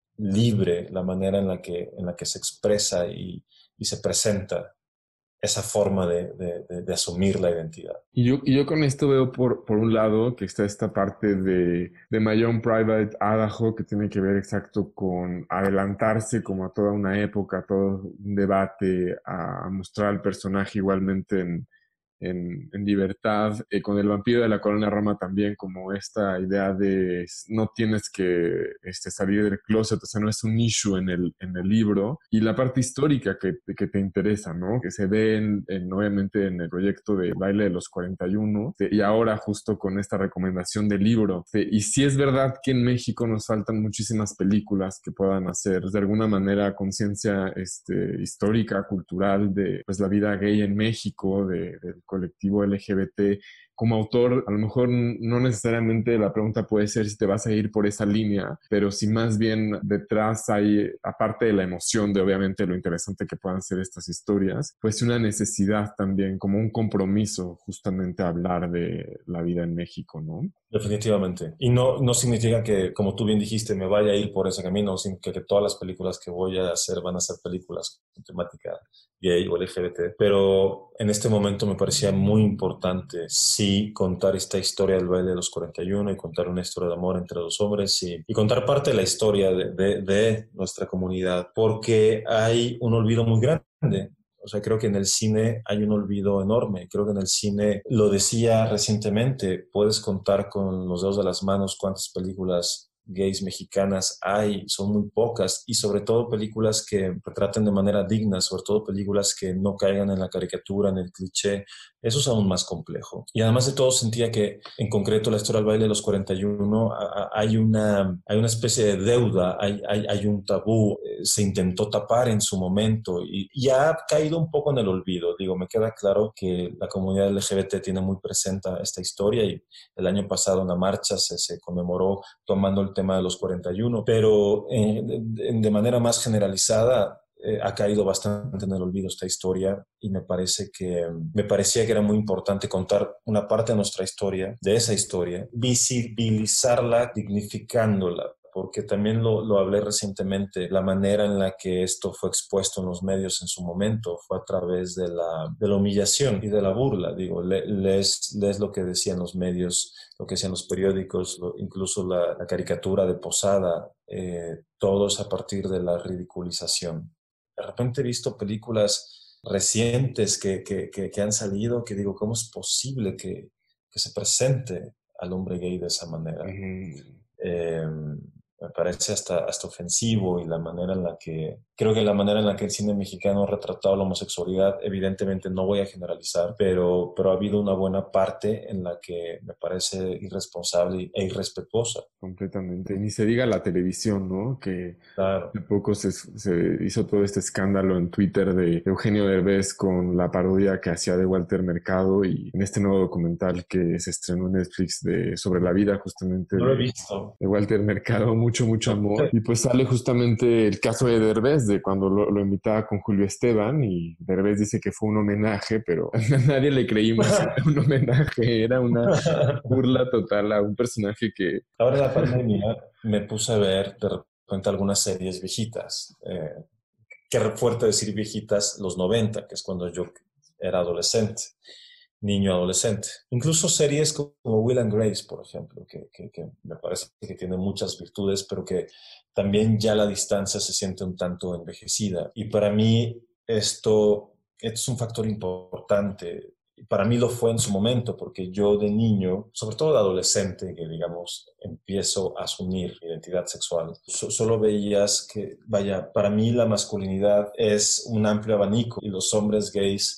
libre la manera en la que, en la que se expresa y, y se presenta esa forma de, de, de, de asumir la identidad. Y yo, y yo con esto veo por, por un lado que está esta parte de, de My Own Private Idaho que tiene que ver exacto con adelantarse como a toda una época, a todo un debate, a mostrar al personaje igualmente en, en, en libertad, eh, con el vampiro de la Colonia Roma también como esta idea de no tienes que este, salir del closet, o sea, no es un issue en el, en el libro, y la parte histórica que, que te interesa, ¿no? Que se ve en, en, obviamente en el proyecto de Baile de los cuarenta y uno, de, y ahora justo con esta recomendación del libro. De, y sí es verdad que en México nos faltan muchísimas películas que puedan hacer de alguna manera conciencia este, histórica, cultural de pues, la vida gay en México, de, de colectivo L G B T. Como autor, a lo mejor no necesariamente la pregunta puede ser si te vas a ir por esa línea, pero si más bien detrás hay, aparte de la emoción de obviamente lo interesante que puedan ser estas historias, pues una necesidad también, como un compromiso justamente a hablar de la vida en México, ¿no? Definitivamente. Y no, no significa que, como tú bien dijiste, me vaya a ir por ese camino, sino que, que todas las películas que voy a hacer van a ser películas con temática gay o L G B T. Pero en este momento me parecía muy importante, sí, contar esta historia del baile de los cuarenta y uno y contar una historia de amor entre dos hombres y, y contar parte de la historia de, de, de nuestra comunidad, porque hay un olvido muy grande. O sea, creo que en el cine hay un olvido enorme. Creo que en el cine, lo decía recientemente, puedes contar con los dedos de las manos cuántas películas gays mexicanas hay, son muy pocas, y sobre todo películas que retraten de manera digna, sobre todo películas que no caigan en la caricatura, en el cliché. Eso es aún más complejo. Y además de todo sentía que en concreto la historia del baile de los cuarenta y uno a, a, hay, una, hay una especie de deuda, hay, hay, hay un tabú, eh, se intentó tapar en su momento y, y ha caído un poco en el olvido. Digo, me queda claro que la comunidad L G B T tiene muy presente esta historia y el año pasado en la marcha se, se conmemoró tomando el tema de los cuarenta y uno, pero eh, de, de manera más generalizada eh, ha caído bastante en el olvido esta historia y me parece que me parecía que era muy importante contar una parte de nuestra historia, de esa historia, visibilizarla, dignificándola, porque también lo, lo hablé recientemente, la manera en la que esto fue expuesto en los medios en su momento fue a través de la, de la humillación y de la burla. Digo, le, lees, lees lo que decían los medios, lo que decían los periódicos, lo, incluso la, la caricatura de Posada, eh, todo es a partir de la ridiculización. De repente he visto películas recientes que, que, que, que han salido que digo, ¿cómo es posible que, que se presente al hombre gay de esa manera? Uh-huh. Eh, me parece hasta, hasta ofensivo y la manera en la que, creo que la manera en la que el cine mexicano ha retratado la homosexualidad, evidentemente no voy a generalizar, pero, pero ha habido una buena parte en la que me parece irresponsable e irrespetuosa. Completamente. Ni se diga la televisión, ¿no? Que Claro. hace poco se, se hizo todo este escándalo en Twitter de Eugenio Derbez con la parodia que hacía de Walter Mercado y en este nuevo documental que se estrenó en Netflix de, sobre la vida justamente No lo he de, visto. de Walter Mercado, mucho, mucho amor. Y pues sale justamente el caso de Derbez, de cuando lo, lo invitaba con Julio Esteban y Derbez dice que fue un homenaje, pero a nadie le creímos que era un homenaje, era una burla total a un personaje que... Ahora en la pandemia me puse a ver de repente algunas series viejitas. Eh, qué fuerte decir viejitas, los noventa, que es cuando yo era adolescente, niño adolescente. Incluso series como Will and Grace, por ejemplo, que, que, que me parece que tiene muchas virtudes, pero que también ya la distancia se siente un tanto envejecida. Y para mí esto, esto es un factor importante. Para mí lo fue en su momento, porque yo de niño, sobre todo de adolescente, que digamos, empiezo a asumir identidad sexual, so, solo veías que, vaya, para mí la masculinidad es un amplio abanico y los hombres gays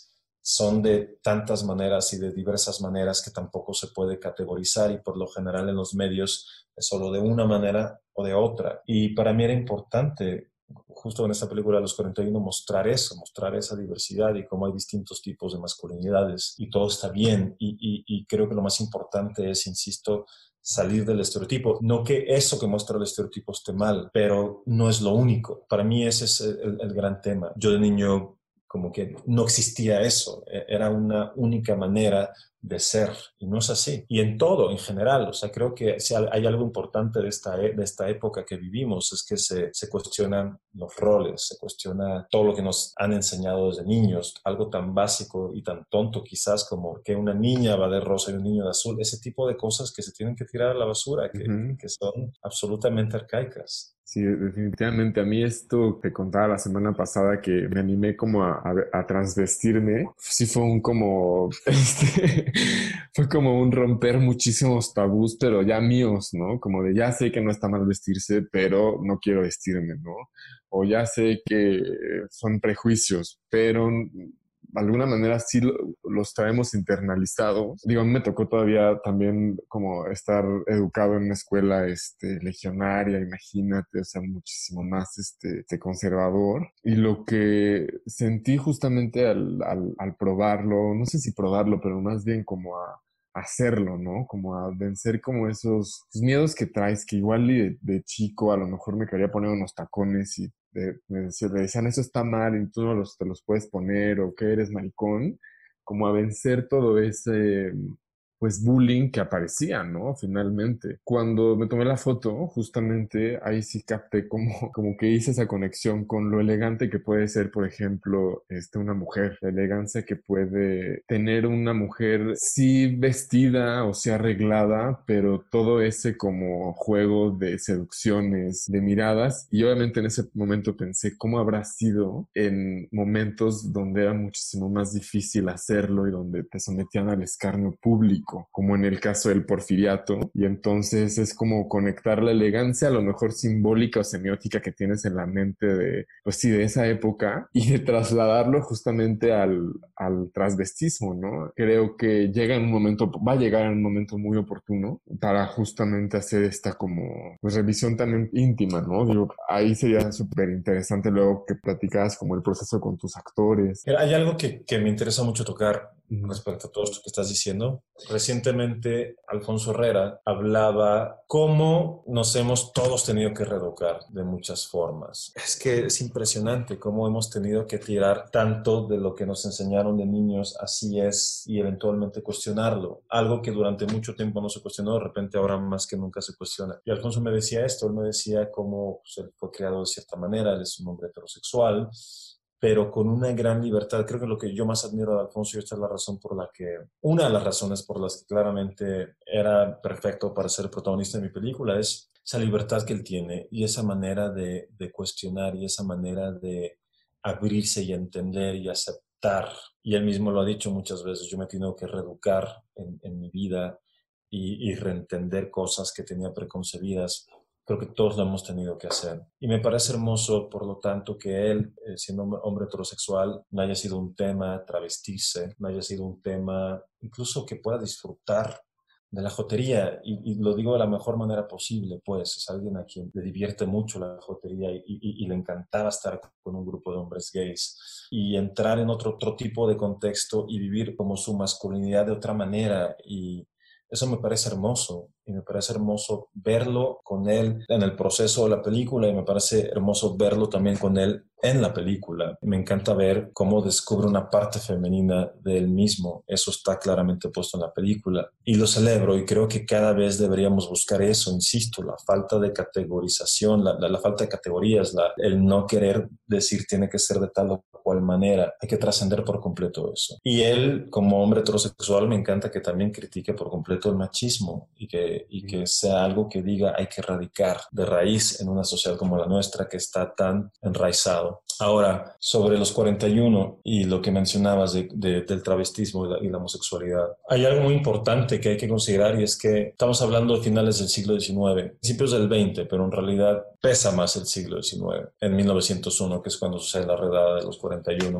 son de tantas maneras y de diversas maneras que tampoco se puede categorizar y por lo general en los medios es solo de una manera o de otra. Y para mí era importante justo en esta película de los cuarenta y uno mostrar eso, mostrar esa diversidad y cómo hay distintos tipos de masculinidades y todo está bien. Y, y, y creo que lo más importante es, insisto, salir del estereotipo. No que eso que muestra el estereotipo esté mal, pero no es lo único. Para mí ese es el, el gran tema. Yo de niño como que no existía eso, era una única manera de ser, y no es así. Y en todo, en general, o sea, creo que si hay algo importante de esta, de esta época que vivimos, es que se, se cuestionan los roles, se cuestiona todo lo que nos han enseñado desde niños, algo tan básico y tan tonto quizás como que una niña va de rosa y un niño de azul, ese tipo de cosas que se tienen que tirar a la basura, que, uh-huh. que son absolutamente arcaicas. Sí, definitivamente. A mí esto te contaba la semana pasada que me animé como a, a, a transvestirme. Sí fue un como, este, fue como un romper muchísimos tabús, pero ya míos, ¿no? Como de ya sé que no está mal vestirse, pero no quiero vestirme, ¿no? O ya sé que son prejuicios, pero de alguna manera sí lo, los traemos internalizados. Digo, a mí me tocó todavía también como estar educado en una escuela este, legionaria, imagínate, o sea, muchísimo más este, este conservador. Y lo que sentí justamente al, al, al probarlo, no sé si probarlo, pero más bien como a hacerlo, ¿no? Como a vencer como esos, esos miedos que traes, que igual de, de chico a lo mejor me quería poner unos tacones y de, me, decía, me decían, eso está mal y tú no los, te los puedes poner o que eres maricón, como a vencer todo ese, pues, bullying que aparecía, ¿no? Finalmente. Cuando me tomé la foto, justamente ahí sí capté como, como que hice esa conexión con lo elegante que puede ser, por ejemplo, este, una mujer. La elegancia que puede tener una mujer, sí vestida o sí arreglada, pero todo ese como juego de seducciones, de miradas. Y obviamente en ese momento pensé cómo habrá sido en momentos donde era muchísimo más difícil hacerlo y donde te sometían al escarnio público, como en el caso del porfiriato, y entonces es como conectar la elegancia, a lo mejor simbólica o semiótica que tienes en la mente de, pues sí, de esa época, y de trasladarlo justamente al, al transvestismo, ¿no? Creo que llega en un momento, va a llegar en un momento muy oportuno para justamente hacer esta como, pues, revisión también íntima, ¿no? Digo, ahí sería súper interesante luego que platicas como el proceso con tus actores. Hay algo que, que me interesa mucho tocar respecto a todo esto que estás diciendo. Recientemente, Alfonso Herrera hablaba cómo nos hemos todos tenido que reeducar de muchas formas. Es que es impresionante cómo hemos tenido que tirar tanto de lo que nos enseñaron de niños, así es, y eventualmente cuestionarlo. Algo que durante mucho tiempo no se cuestionó, de repente ahora más que nunca se cuestiona. Y Alfonso me decía esto, él me decía cómo pues, él fue criado de cierta manera, él es un hombre heterosexual, pero con una gran libertad. Creo que lo que yo más admiro de Alfonso, y esta es la razón por la que, una de las razones por las que claramente era perfecto para ser protagonista de mi película, es esa libertad que él tiene y esa manera de, de cuestionar y esa manera de abrirse y entender y aceptar. Y él mismo lo ha dicho muchas veces, yo me he tenido que reeducar en, en mi vida y, y reentender cosas que tenía preconcebidas. Creo que todos lo hemos tenido que hacer. Y me parece hermoso, por lo tanto, que él, eh, siendo hombre heterosexual, no haya sido un tema travestirse, no haya sido un tema incluso que pueda disfrutar de la jotería. Y, y lo digo de la mejor manera posible, pues. Es alguien a quien le divierte mucho la jotería y, y, y le encantaba estar con un grupo de hombres gays y entrar en otro, otro tipo de contexto y vivir como su masculinidad de otra manera. Y eso me parece hermoso, y me parece hermoso verlo con él en el proceso de la película, y me parece hermoso verlo también con él en la película. Me encanta ver cómo descubre una parte femenina de él mismo. Eso está claramente puesto en la película y lo celebro, y creo que cada vez deberíamos buscar eso, insisto, la falta de categorización, la, la, la falta de categorías, la, el no querer decir tiene que ser de tal o cual manera. Hay que trascender por completo eso. Y él, como hombre heterosexual, me encanta que también critique por completo el machismo y que, y que sea algo que diga hay que erradicar de raíz en una sociedad como la nuestra que está tan enraizado. Ahora, sobre los cuarenta y uno y lo que mencionabas de, de, del travestismo y la, y la homosexualidad, hay algo muy importante que hay que considerar, y es que estamos hablando de finales del siglo diecinueve, principios del veinte, pero en realidad pesa más el siglo diecinueve, en mil novecientos uno, que es cuando sucede la redada de los cuarenta y uno.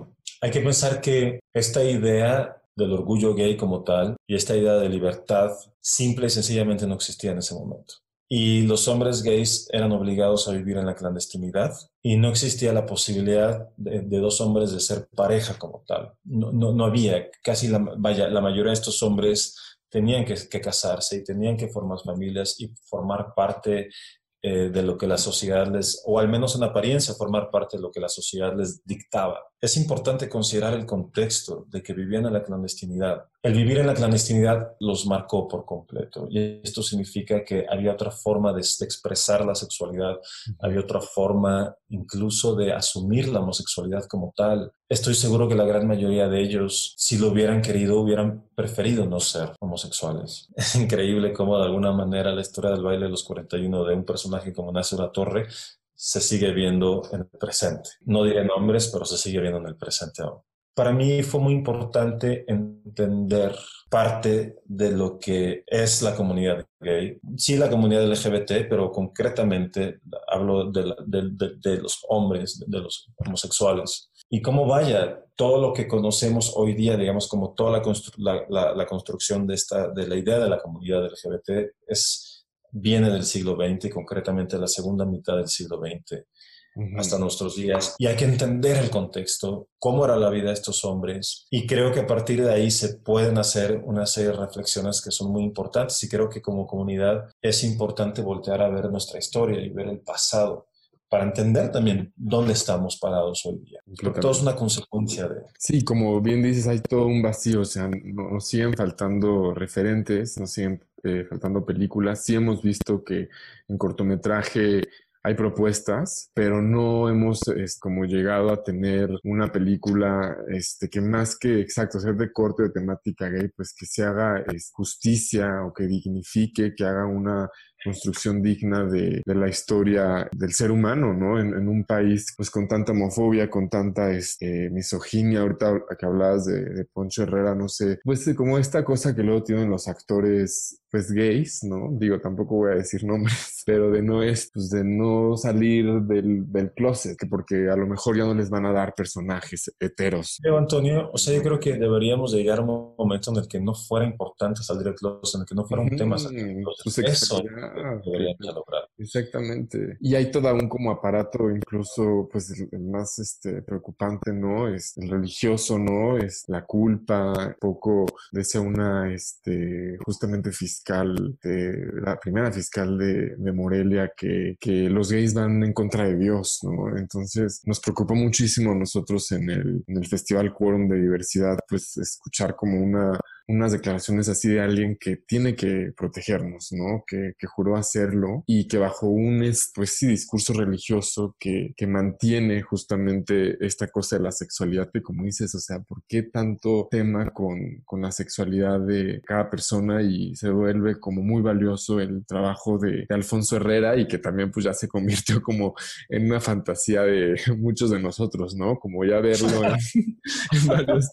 Hay que pensar que esta idea del orgullo gay como tal y esta idea de libertad simple y sencillamente no existía en ese momento. Y los hombres gays eran obligados a vivir en la clandestinidad y no existía la posibilidad de, de dos hombres de ser pareja como tal. No, no, no había, casi la, vaya, la mayoría de estos hombres tenían que, que casarse y tenían que formar familias y formar parte eh, de lo que la sociedad les, o al menos en apariencia, formar parte de lo que la sociedad les dictaba. Es importante considerar el contexto de que vivían en la clandestinidad. El vivir en la clandestinidad los marcó por completo y esto significa que había otra forma de, de expresar la sexualidad, había otra forma incluso de asumir la homosexualidad como tal. Estoy seguro que la gran mayoría de ellos, si lo hubieran querido, hubieran preferido no ser homosexuales. Es increíble cómo de alguna manera la historia del baile de los cuarenta y uno de un personaje como Nace una Torre se sigue viendo en el presente. No diré nombres, pero se sigue viendo en el presente aún. Para mí fue muy importante entender parte de lo que es la comunidad gay. Sí, la comunidad L G B T, pero concretamente hablo de, de, de, de los hombres, de, de los homosexuales. Y cómo vaya, todo lo que conocemos hoy día, digamos, como toda la, constru la, la, la construcción de, esta, de la idea de la comunidad L G B T es, viene del siglo veinte, concretamente la segunda mitad del siglo veinte. Uh-huh. Hasta nuestros días, y hay que entender el contexto, cómo era la vida de estos hombres, y creo que a partir de ahí se pueden hacer una serie de reflexiones que son muy importantes, y creo que como comunidad es importante voltear a ver nuestra historia y ver el pasado para entender también dónde estamos parados hoy día. Creo que todo es una consecuencia de... Sí, como bien dices, hay todo un vacío, o sea, nos siguen faltando referentes, nos siguen eh, faltando películas. Sí hemos visto que en cortometraje hay propuestas, pero no hemos es, como llegado a tener una película este, que más que, exacto, ser de corte de temática gay, pues que se haga es, justicia o que dignifique, que haga una construcción digna de, de la historia del ser humano, ¿no? En, en un país pues con tanta homofobia, con tanta este, misoginia. Ahorita que hablabas de, de Poncho Herrera, no sé, pues como esta cosa que luego tienen los actores pues gays, ¿no? Digo, tampoco voy a decir nombres, pero de no es, pues de no salir del, del closet, que porque a lo mejor ya no les van a dar personajes heteros. Pero Antonio, o sea, yo creo que deberíamos llegar a un momento en el que no fuera importante salir del closet, en el que no fuera un mm, tema salir del closet. Pues eso deberíamos que, lograr. Exactamente. Y hay todo un como aparato, incluso, pues el, el más este, preocupante, ¿no? Es el religioso, ¿no? Es la culpa, poco decía una, este, justamente fiscal de la primera fiscal de, de Morelia que, que los gays van en contra de Dios, ¿no? Entonces nos preocupó muchísimo nosotros en el, en el Festival Quórum de Diversidad, pues escuchar como una unas declaraciones así de alguien que tiene que protegernos, ¿no? Que, que juró hacerlo y que bajo un, pues sí, discurso religioso que, que mantiene justamente esta cosa de la sexualidad que como dices, o sea, ¿por qué tanto tema con, con la sexualidad de cada persona? Y se vuelve como muy valioso el trabajo de, de Alfonso Herrera y que también pues ya se convirtió como en una fantasía de muchos de nosotros, ¿no? Como ya verlo en, en varios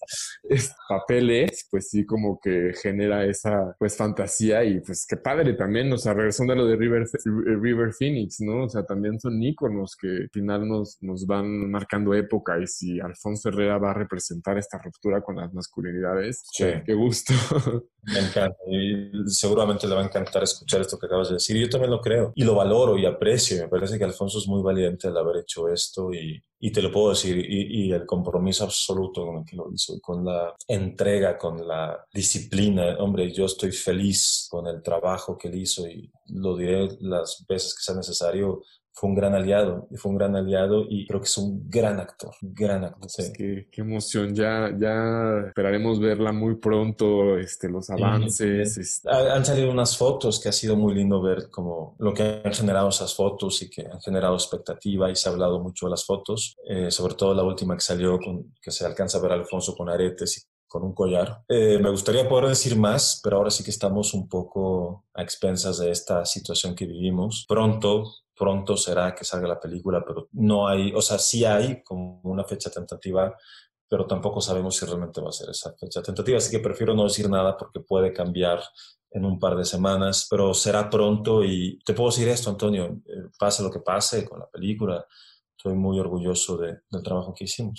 papeles, pues sí, como como que genera esa pues fantasía y pues qué padre también, o sea, regresando a lo de River, River Phoenix, ¿no? O sea, también son íconos que al final nos, nos van marcando época y si Alfonso Herrera va a representar esta ruptura con las masculinidades, sí. Qué, qué gusto. Me encanta y seguramente le va a encantar escuchar esto que acabas de decir y yo también lo creo y lo valoro y aprecio y me parece que Alfonso es muy valiente al haber hecho esto y, y te lo puedo decir y, y el compromiso absoluto con el que lo hizo, con la entrega, con la disciplina. Hombre, yo estoy feliz con el trabajo que él hizo y lo diré las veces que sea necesario. Fue un gran aliado, y fue un gran aliado y creo que es un gran actor, gran actor. Sí. Qué, qué emoción, ya, ya esperaremos verla muy pronto, este, los avances. Sí, este... Han salido unas fotos que ha sido muy lindo ver como lo que han generado esas fotos y que han generado expectativa y se ha hablado mucho de las fotos, eh, sobre todo la última que salió, con, que se alcanza a ver a Alfonso con aretes y con un collar. Eh, me gustaría poder decir más, pero ahora sí que estamos un poco a expensas de esta situación que vivimos. Pronto, pronto será que salga la película, pero no hay, o sea, sí hay como una fecha tentativa, pero tampoco sabemos si realmente va a ser esa fecha tentativa, así que prefiero no decir nada porque puede cambiar en un par de semanas, pero será pronto y te puedo decir esto, Antonio, eh, pase lo que pase con la película, estoy muy orgulloso de, del trabajo que hicimos.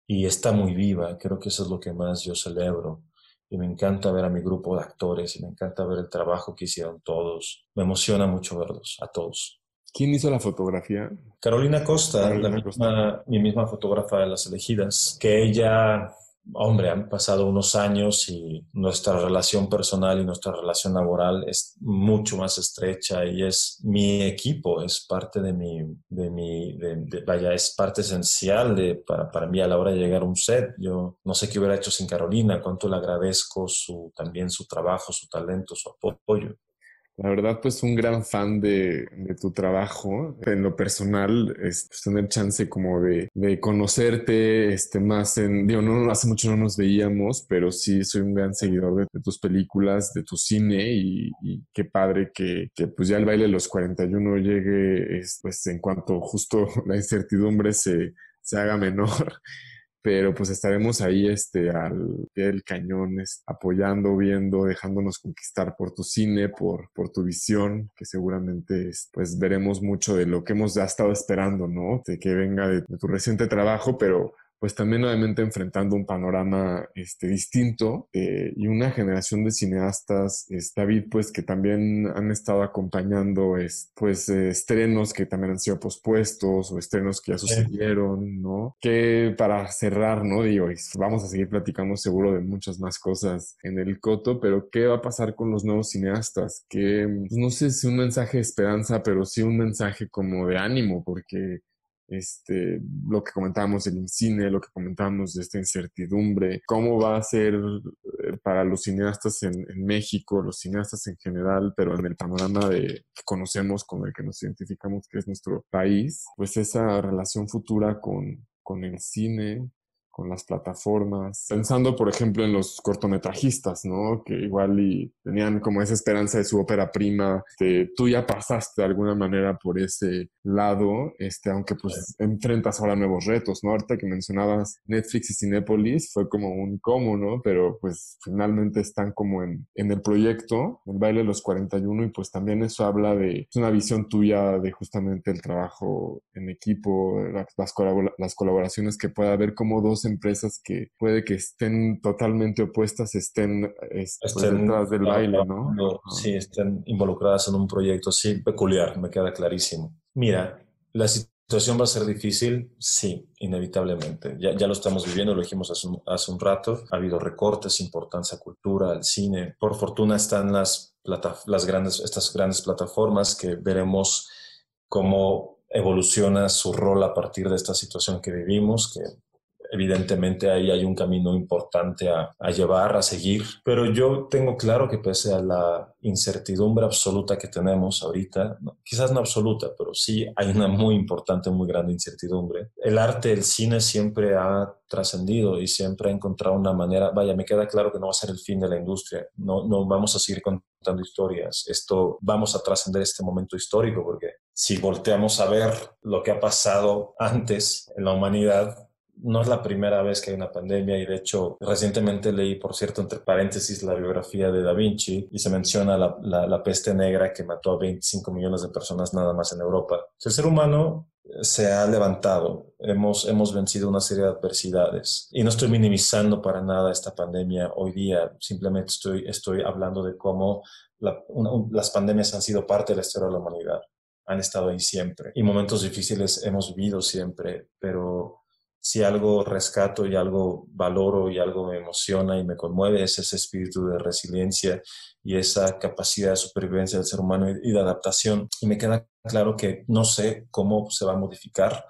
y está muy viva. Creo que eso es lo que más yo celebro. Y me encanta ver a mi grupo de actores y me encanta ver el trabajo que hicieron todos. Me emociona mucho verlos, a todos. ¿Quién hizo la fotografía? Carolina Costa, la Carolina Costa. misma, mi misma fotógrafa de Las Elegidas, que ella, hombre, han pasado unos años y nuestra relación personal y nuestra relación laboral es mucho más estrecha y es mi equipo, es parte de mi, de mi, de, de, vaya, es parte esencial de, para, para mí a la hora de llegar a un set. Yo no sé qué hubiera hecho sin Carolina, cuánto le agradezco su, también su trabajo, su talento, su apoyo. La verdad, pues un gran fan de, de tu trabajo. En lo personal, es pues, tener chance como de, de conocerte, este, más en, digo, no, hace mucho no nos veíamos, pero sí soy un gran seguidor de, de tus películas, de tu cine y, y qué padre que, que pues ya el baile de los cuarenta y uno llegue, es, pues en cuanto justo la incertidumbre se, se haga menor. Pero pues estaremos ahí este, al pie del cañón, es, apoyando, viendo, dejándonos conquistar por tu cine, por, por tu visión, que seguramente es, pues veremos mucho de lo que hemos ya estado esperando, ¿no? De que venga de, de tu reciente trabajo, pero pues también obviamente enfrentando un panorama este, distinto eh, y una generación de cineastas, es, David, pues que también han estado acompañando es, pues eh, estrenos que también han sido pospuestos o estrenos que ya Sí. sucedieron, ¿no? Que para cerrar, ¿no? Digo, vamos a seguir platicando seguro de muchas más cosas en el Coto, pero ¿qué va a pasar con los nuevos cineastas? Que pues, no sé si un mensaje de esperanza, pero sí un mensaje como de ánimo, porque este, lo que comentábamos del cine, lo que comentábamos de esta incertidumbre, cómo va a ser eh, para los cineastas en, en México, los cineastas en general, pero en el panorama de, que conocemos, con el que nos identificamos, que es nuestro país, pues esa relación futura con, con el cine, con las plataformas, pensando por ejemplo en los cortometrajistas, ¿no? Que igual y tenían como esa esperanza de su ópera prima, este, tú ya pasaste de alguna manera por ese lado, este, aunque pues enfrentas ahora nuevos retos, ¿no? Ahorita que mencionabas Netflix y Cinépolis, fue como un cómo, ¿no? Pero pues finalmente están como en, en el proyecto, el baile de los cuarenta y uno, y pues también eso habla de es una visión tuya de justamente el trabajo en equipo, las, las, colabora las colaboraciones que pueda haber, como dos empresas que puede que estén totalmente opuestas estén es, pues Estén detrás del baile, ¿no? trabajando, Ajá. sí, estén involucradas en un proyecto así peculiar, me queda clarísimo. Mira, la situación va a ser difícil, sí, inevitablemente. Ya, ya lo estamos viviendo, lo dijimos hace un, hace un rato. Ha habido recortes, importancia a cultura, al cine. Por fortuna están las, plata, las grandes, estas grandes plataformas que veremos cómo evoluciona su rol a partir de esta situación que vivimos, que evidentemente ahí hay un camino importante a, a llevar, a seguir, pero yo tengo claro que pese a la incertidumbre absoluta que tenemos ahorita, no, quizás no absoluta, pero sí hay una muy importante, muy grande incertidumbre. El arte, el cine siempre ha trascendido y siempre ha encontrado una manera, vaya, me queda claro que no va a ser el fin de la industria, no, no vamos a seguir contando historias, esto vamos a trascender este momento histórico porque si volteamos a ver lo que ha pasado antes en la humanidad, no es la primera vez que hay una pandemia y de hecho recientemente leí, por cierto, entre paréntesis, la biografía de Da Vinci y se menciona la, la, la peste negra que mató a veinticinco millones de personas nada más en Europa. El ser humano se ha levantado, hemos, hemos vencido una serie de adversidades y no estoy minimizando para nada esta pandemia hoy día, simplemente estoy, estoy hablando de cómo la, una, las pandemias han sido parte de la historia de la humanidad, han estado ahí siempre y momentos difíciles hemos vivido siempre, pero si algo rescato y algo valoro y algo me emociona y me conmueve es ese espíritu de resiliencia y esa capacidad de supervivencia del ser humano y de adaptación. Y me queda claro que no sé cómo se va a modificar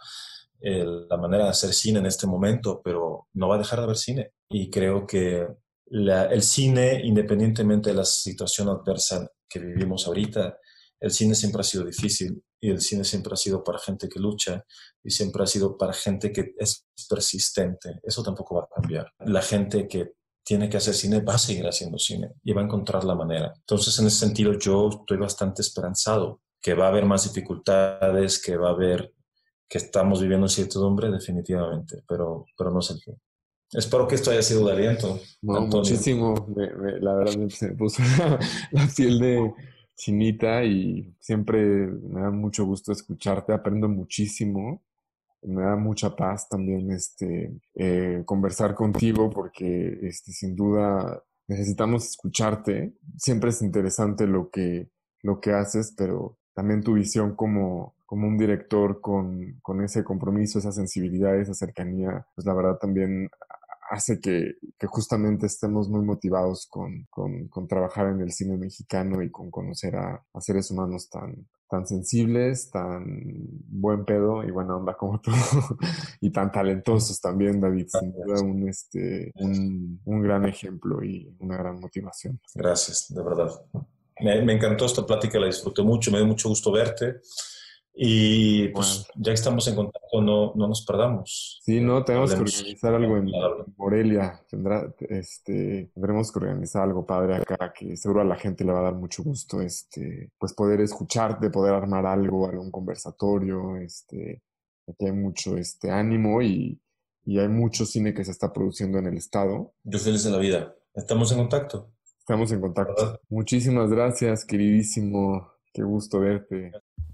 el, la manera de hacer cine en este momento, pero no va a dejar de haber cine. Y creo que la, el cine, independientemente de la situación adversa que vivimos ahorita, el cine siempre ha sido difícil y el cine siempre ha sido para gente que lucha y siempre ha sido para gente que es persistente. Eso tampoco va a cambiar. La gente que tiene que hacer cine va a seguir haciendo cine y va a encontrar la manera. Entonces, en ese sentido, yo estoy bastante esperanzado que va a haber más dificultades, que va a haber, que estamos viviendo incertidumbre definitivamente, pero, pero no es el fin. Espero que esto haya sido de aliento, No, Antonio. muchísimo. Me, me, la verdad me, se me puso la, la piel de chinita y siempre me da mucho gusto escucharte. Aprendo muchísimo me da mucha paz también este, eh, conversar contigo porque este, sin duda necesitamos escucharte. Siempre es interesante lo que, lo que haces, pero también tu visión como, como un director con, con ese compromiso, esa sensibilidad, esa cercanía, pues la verdad también hace que, que justamente estemos muy motivados con, con, con trabajar en el cine mexicano y con conocer a, a seres humanos tan, tan sensibles, tan buen pedo y buena onda como tú, y tan talentosos también, David. Sin duda un, este, un, un gran ejemplo y una gran motivación. Gracias, de verdad. Me, me encantó esta plática, la disfruté mucho, me dio mucho gusto verte. Y pues bueno, ya que estamos en contacto, no, no nos perdamos. Sí, no, tenemos que organizar algo en Morelia. Tendrá, este, tendremos que organizar algo padre acá que seguro a la gente le va a dar mucho gusto, este, pues poder escucharte, poder armar algo, algún conversatorio, este, aquí hay mucho este ánimo y, y hay mucho cine que se está produciendo en el estado. Yo feliz de la vida. Estamos en contacto. Estamos en contacto. ¿Verdad? Muchísimas gracias, queridísimo. Qué gusto verte.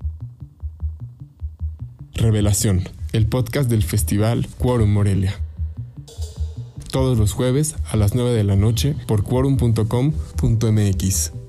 Revelación, el podcast del Festival Quórum Morelia. Todos los jueves a las nueve de la noche por quórum punto com punto m x.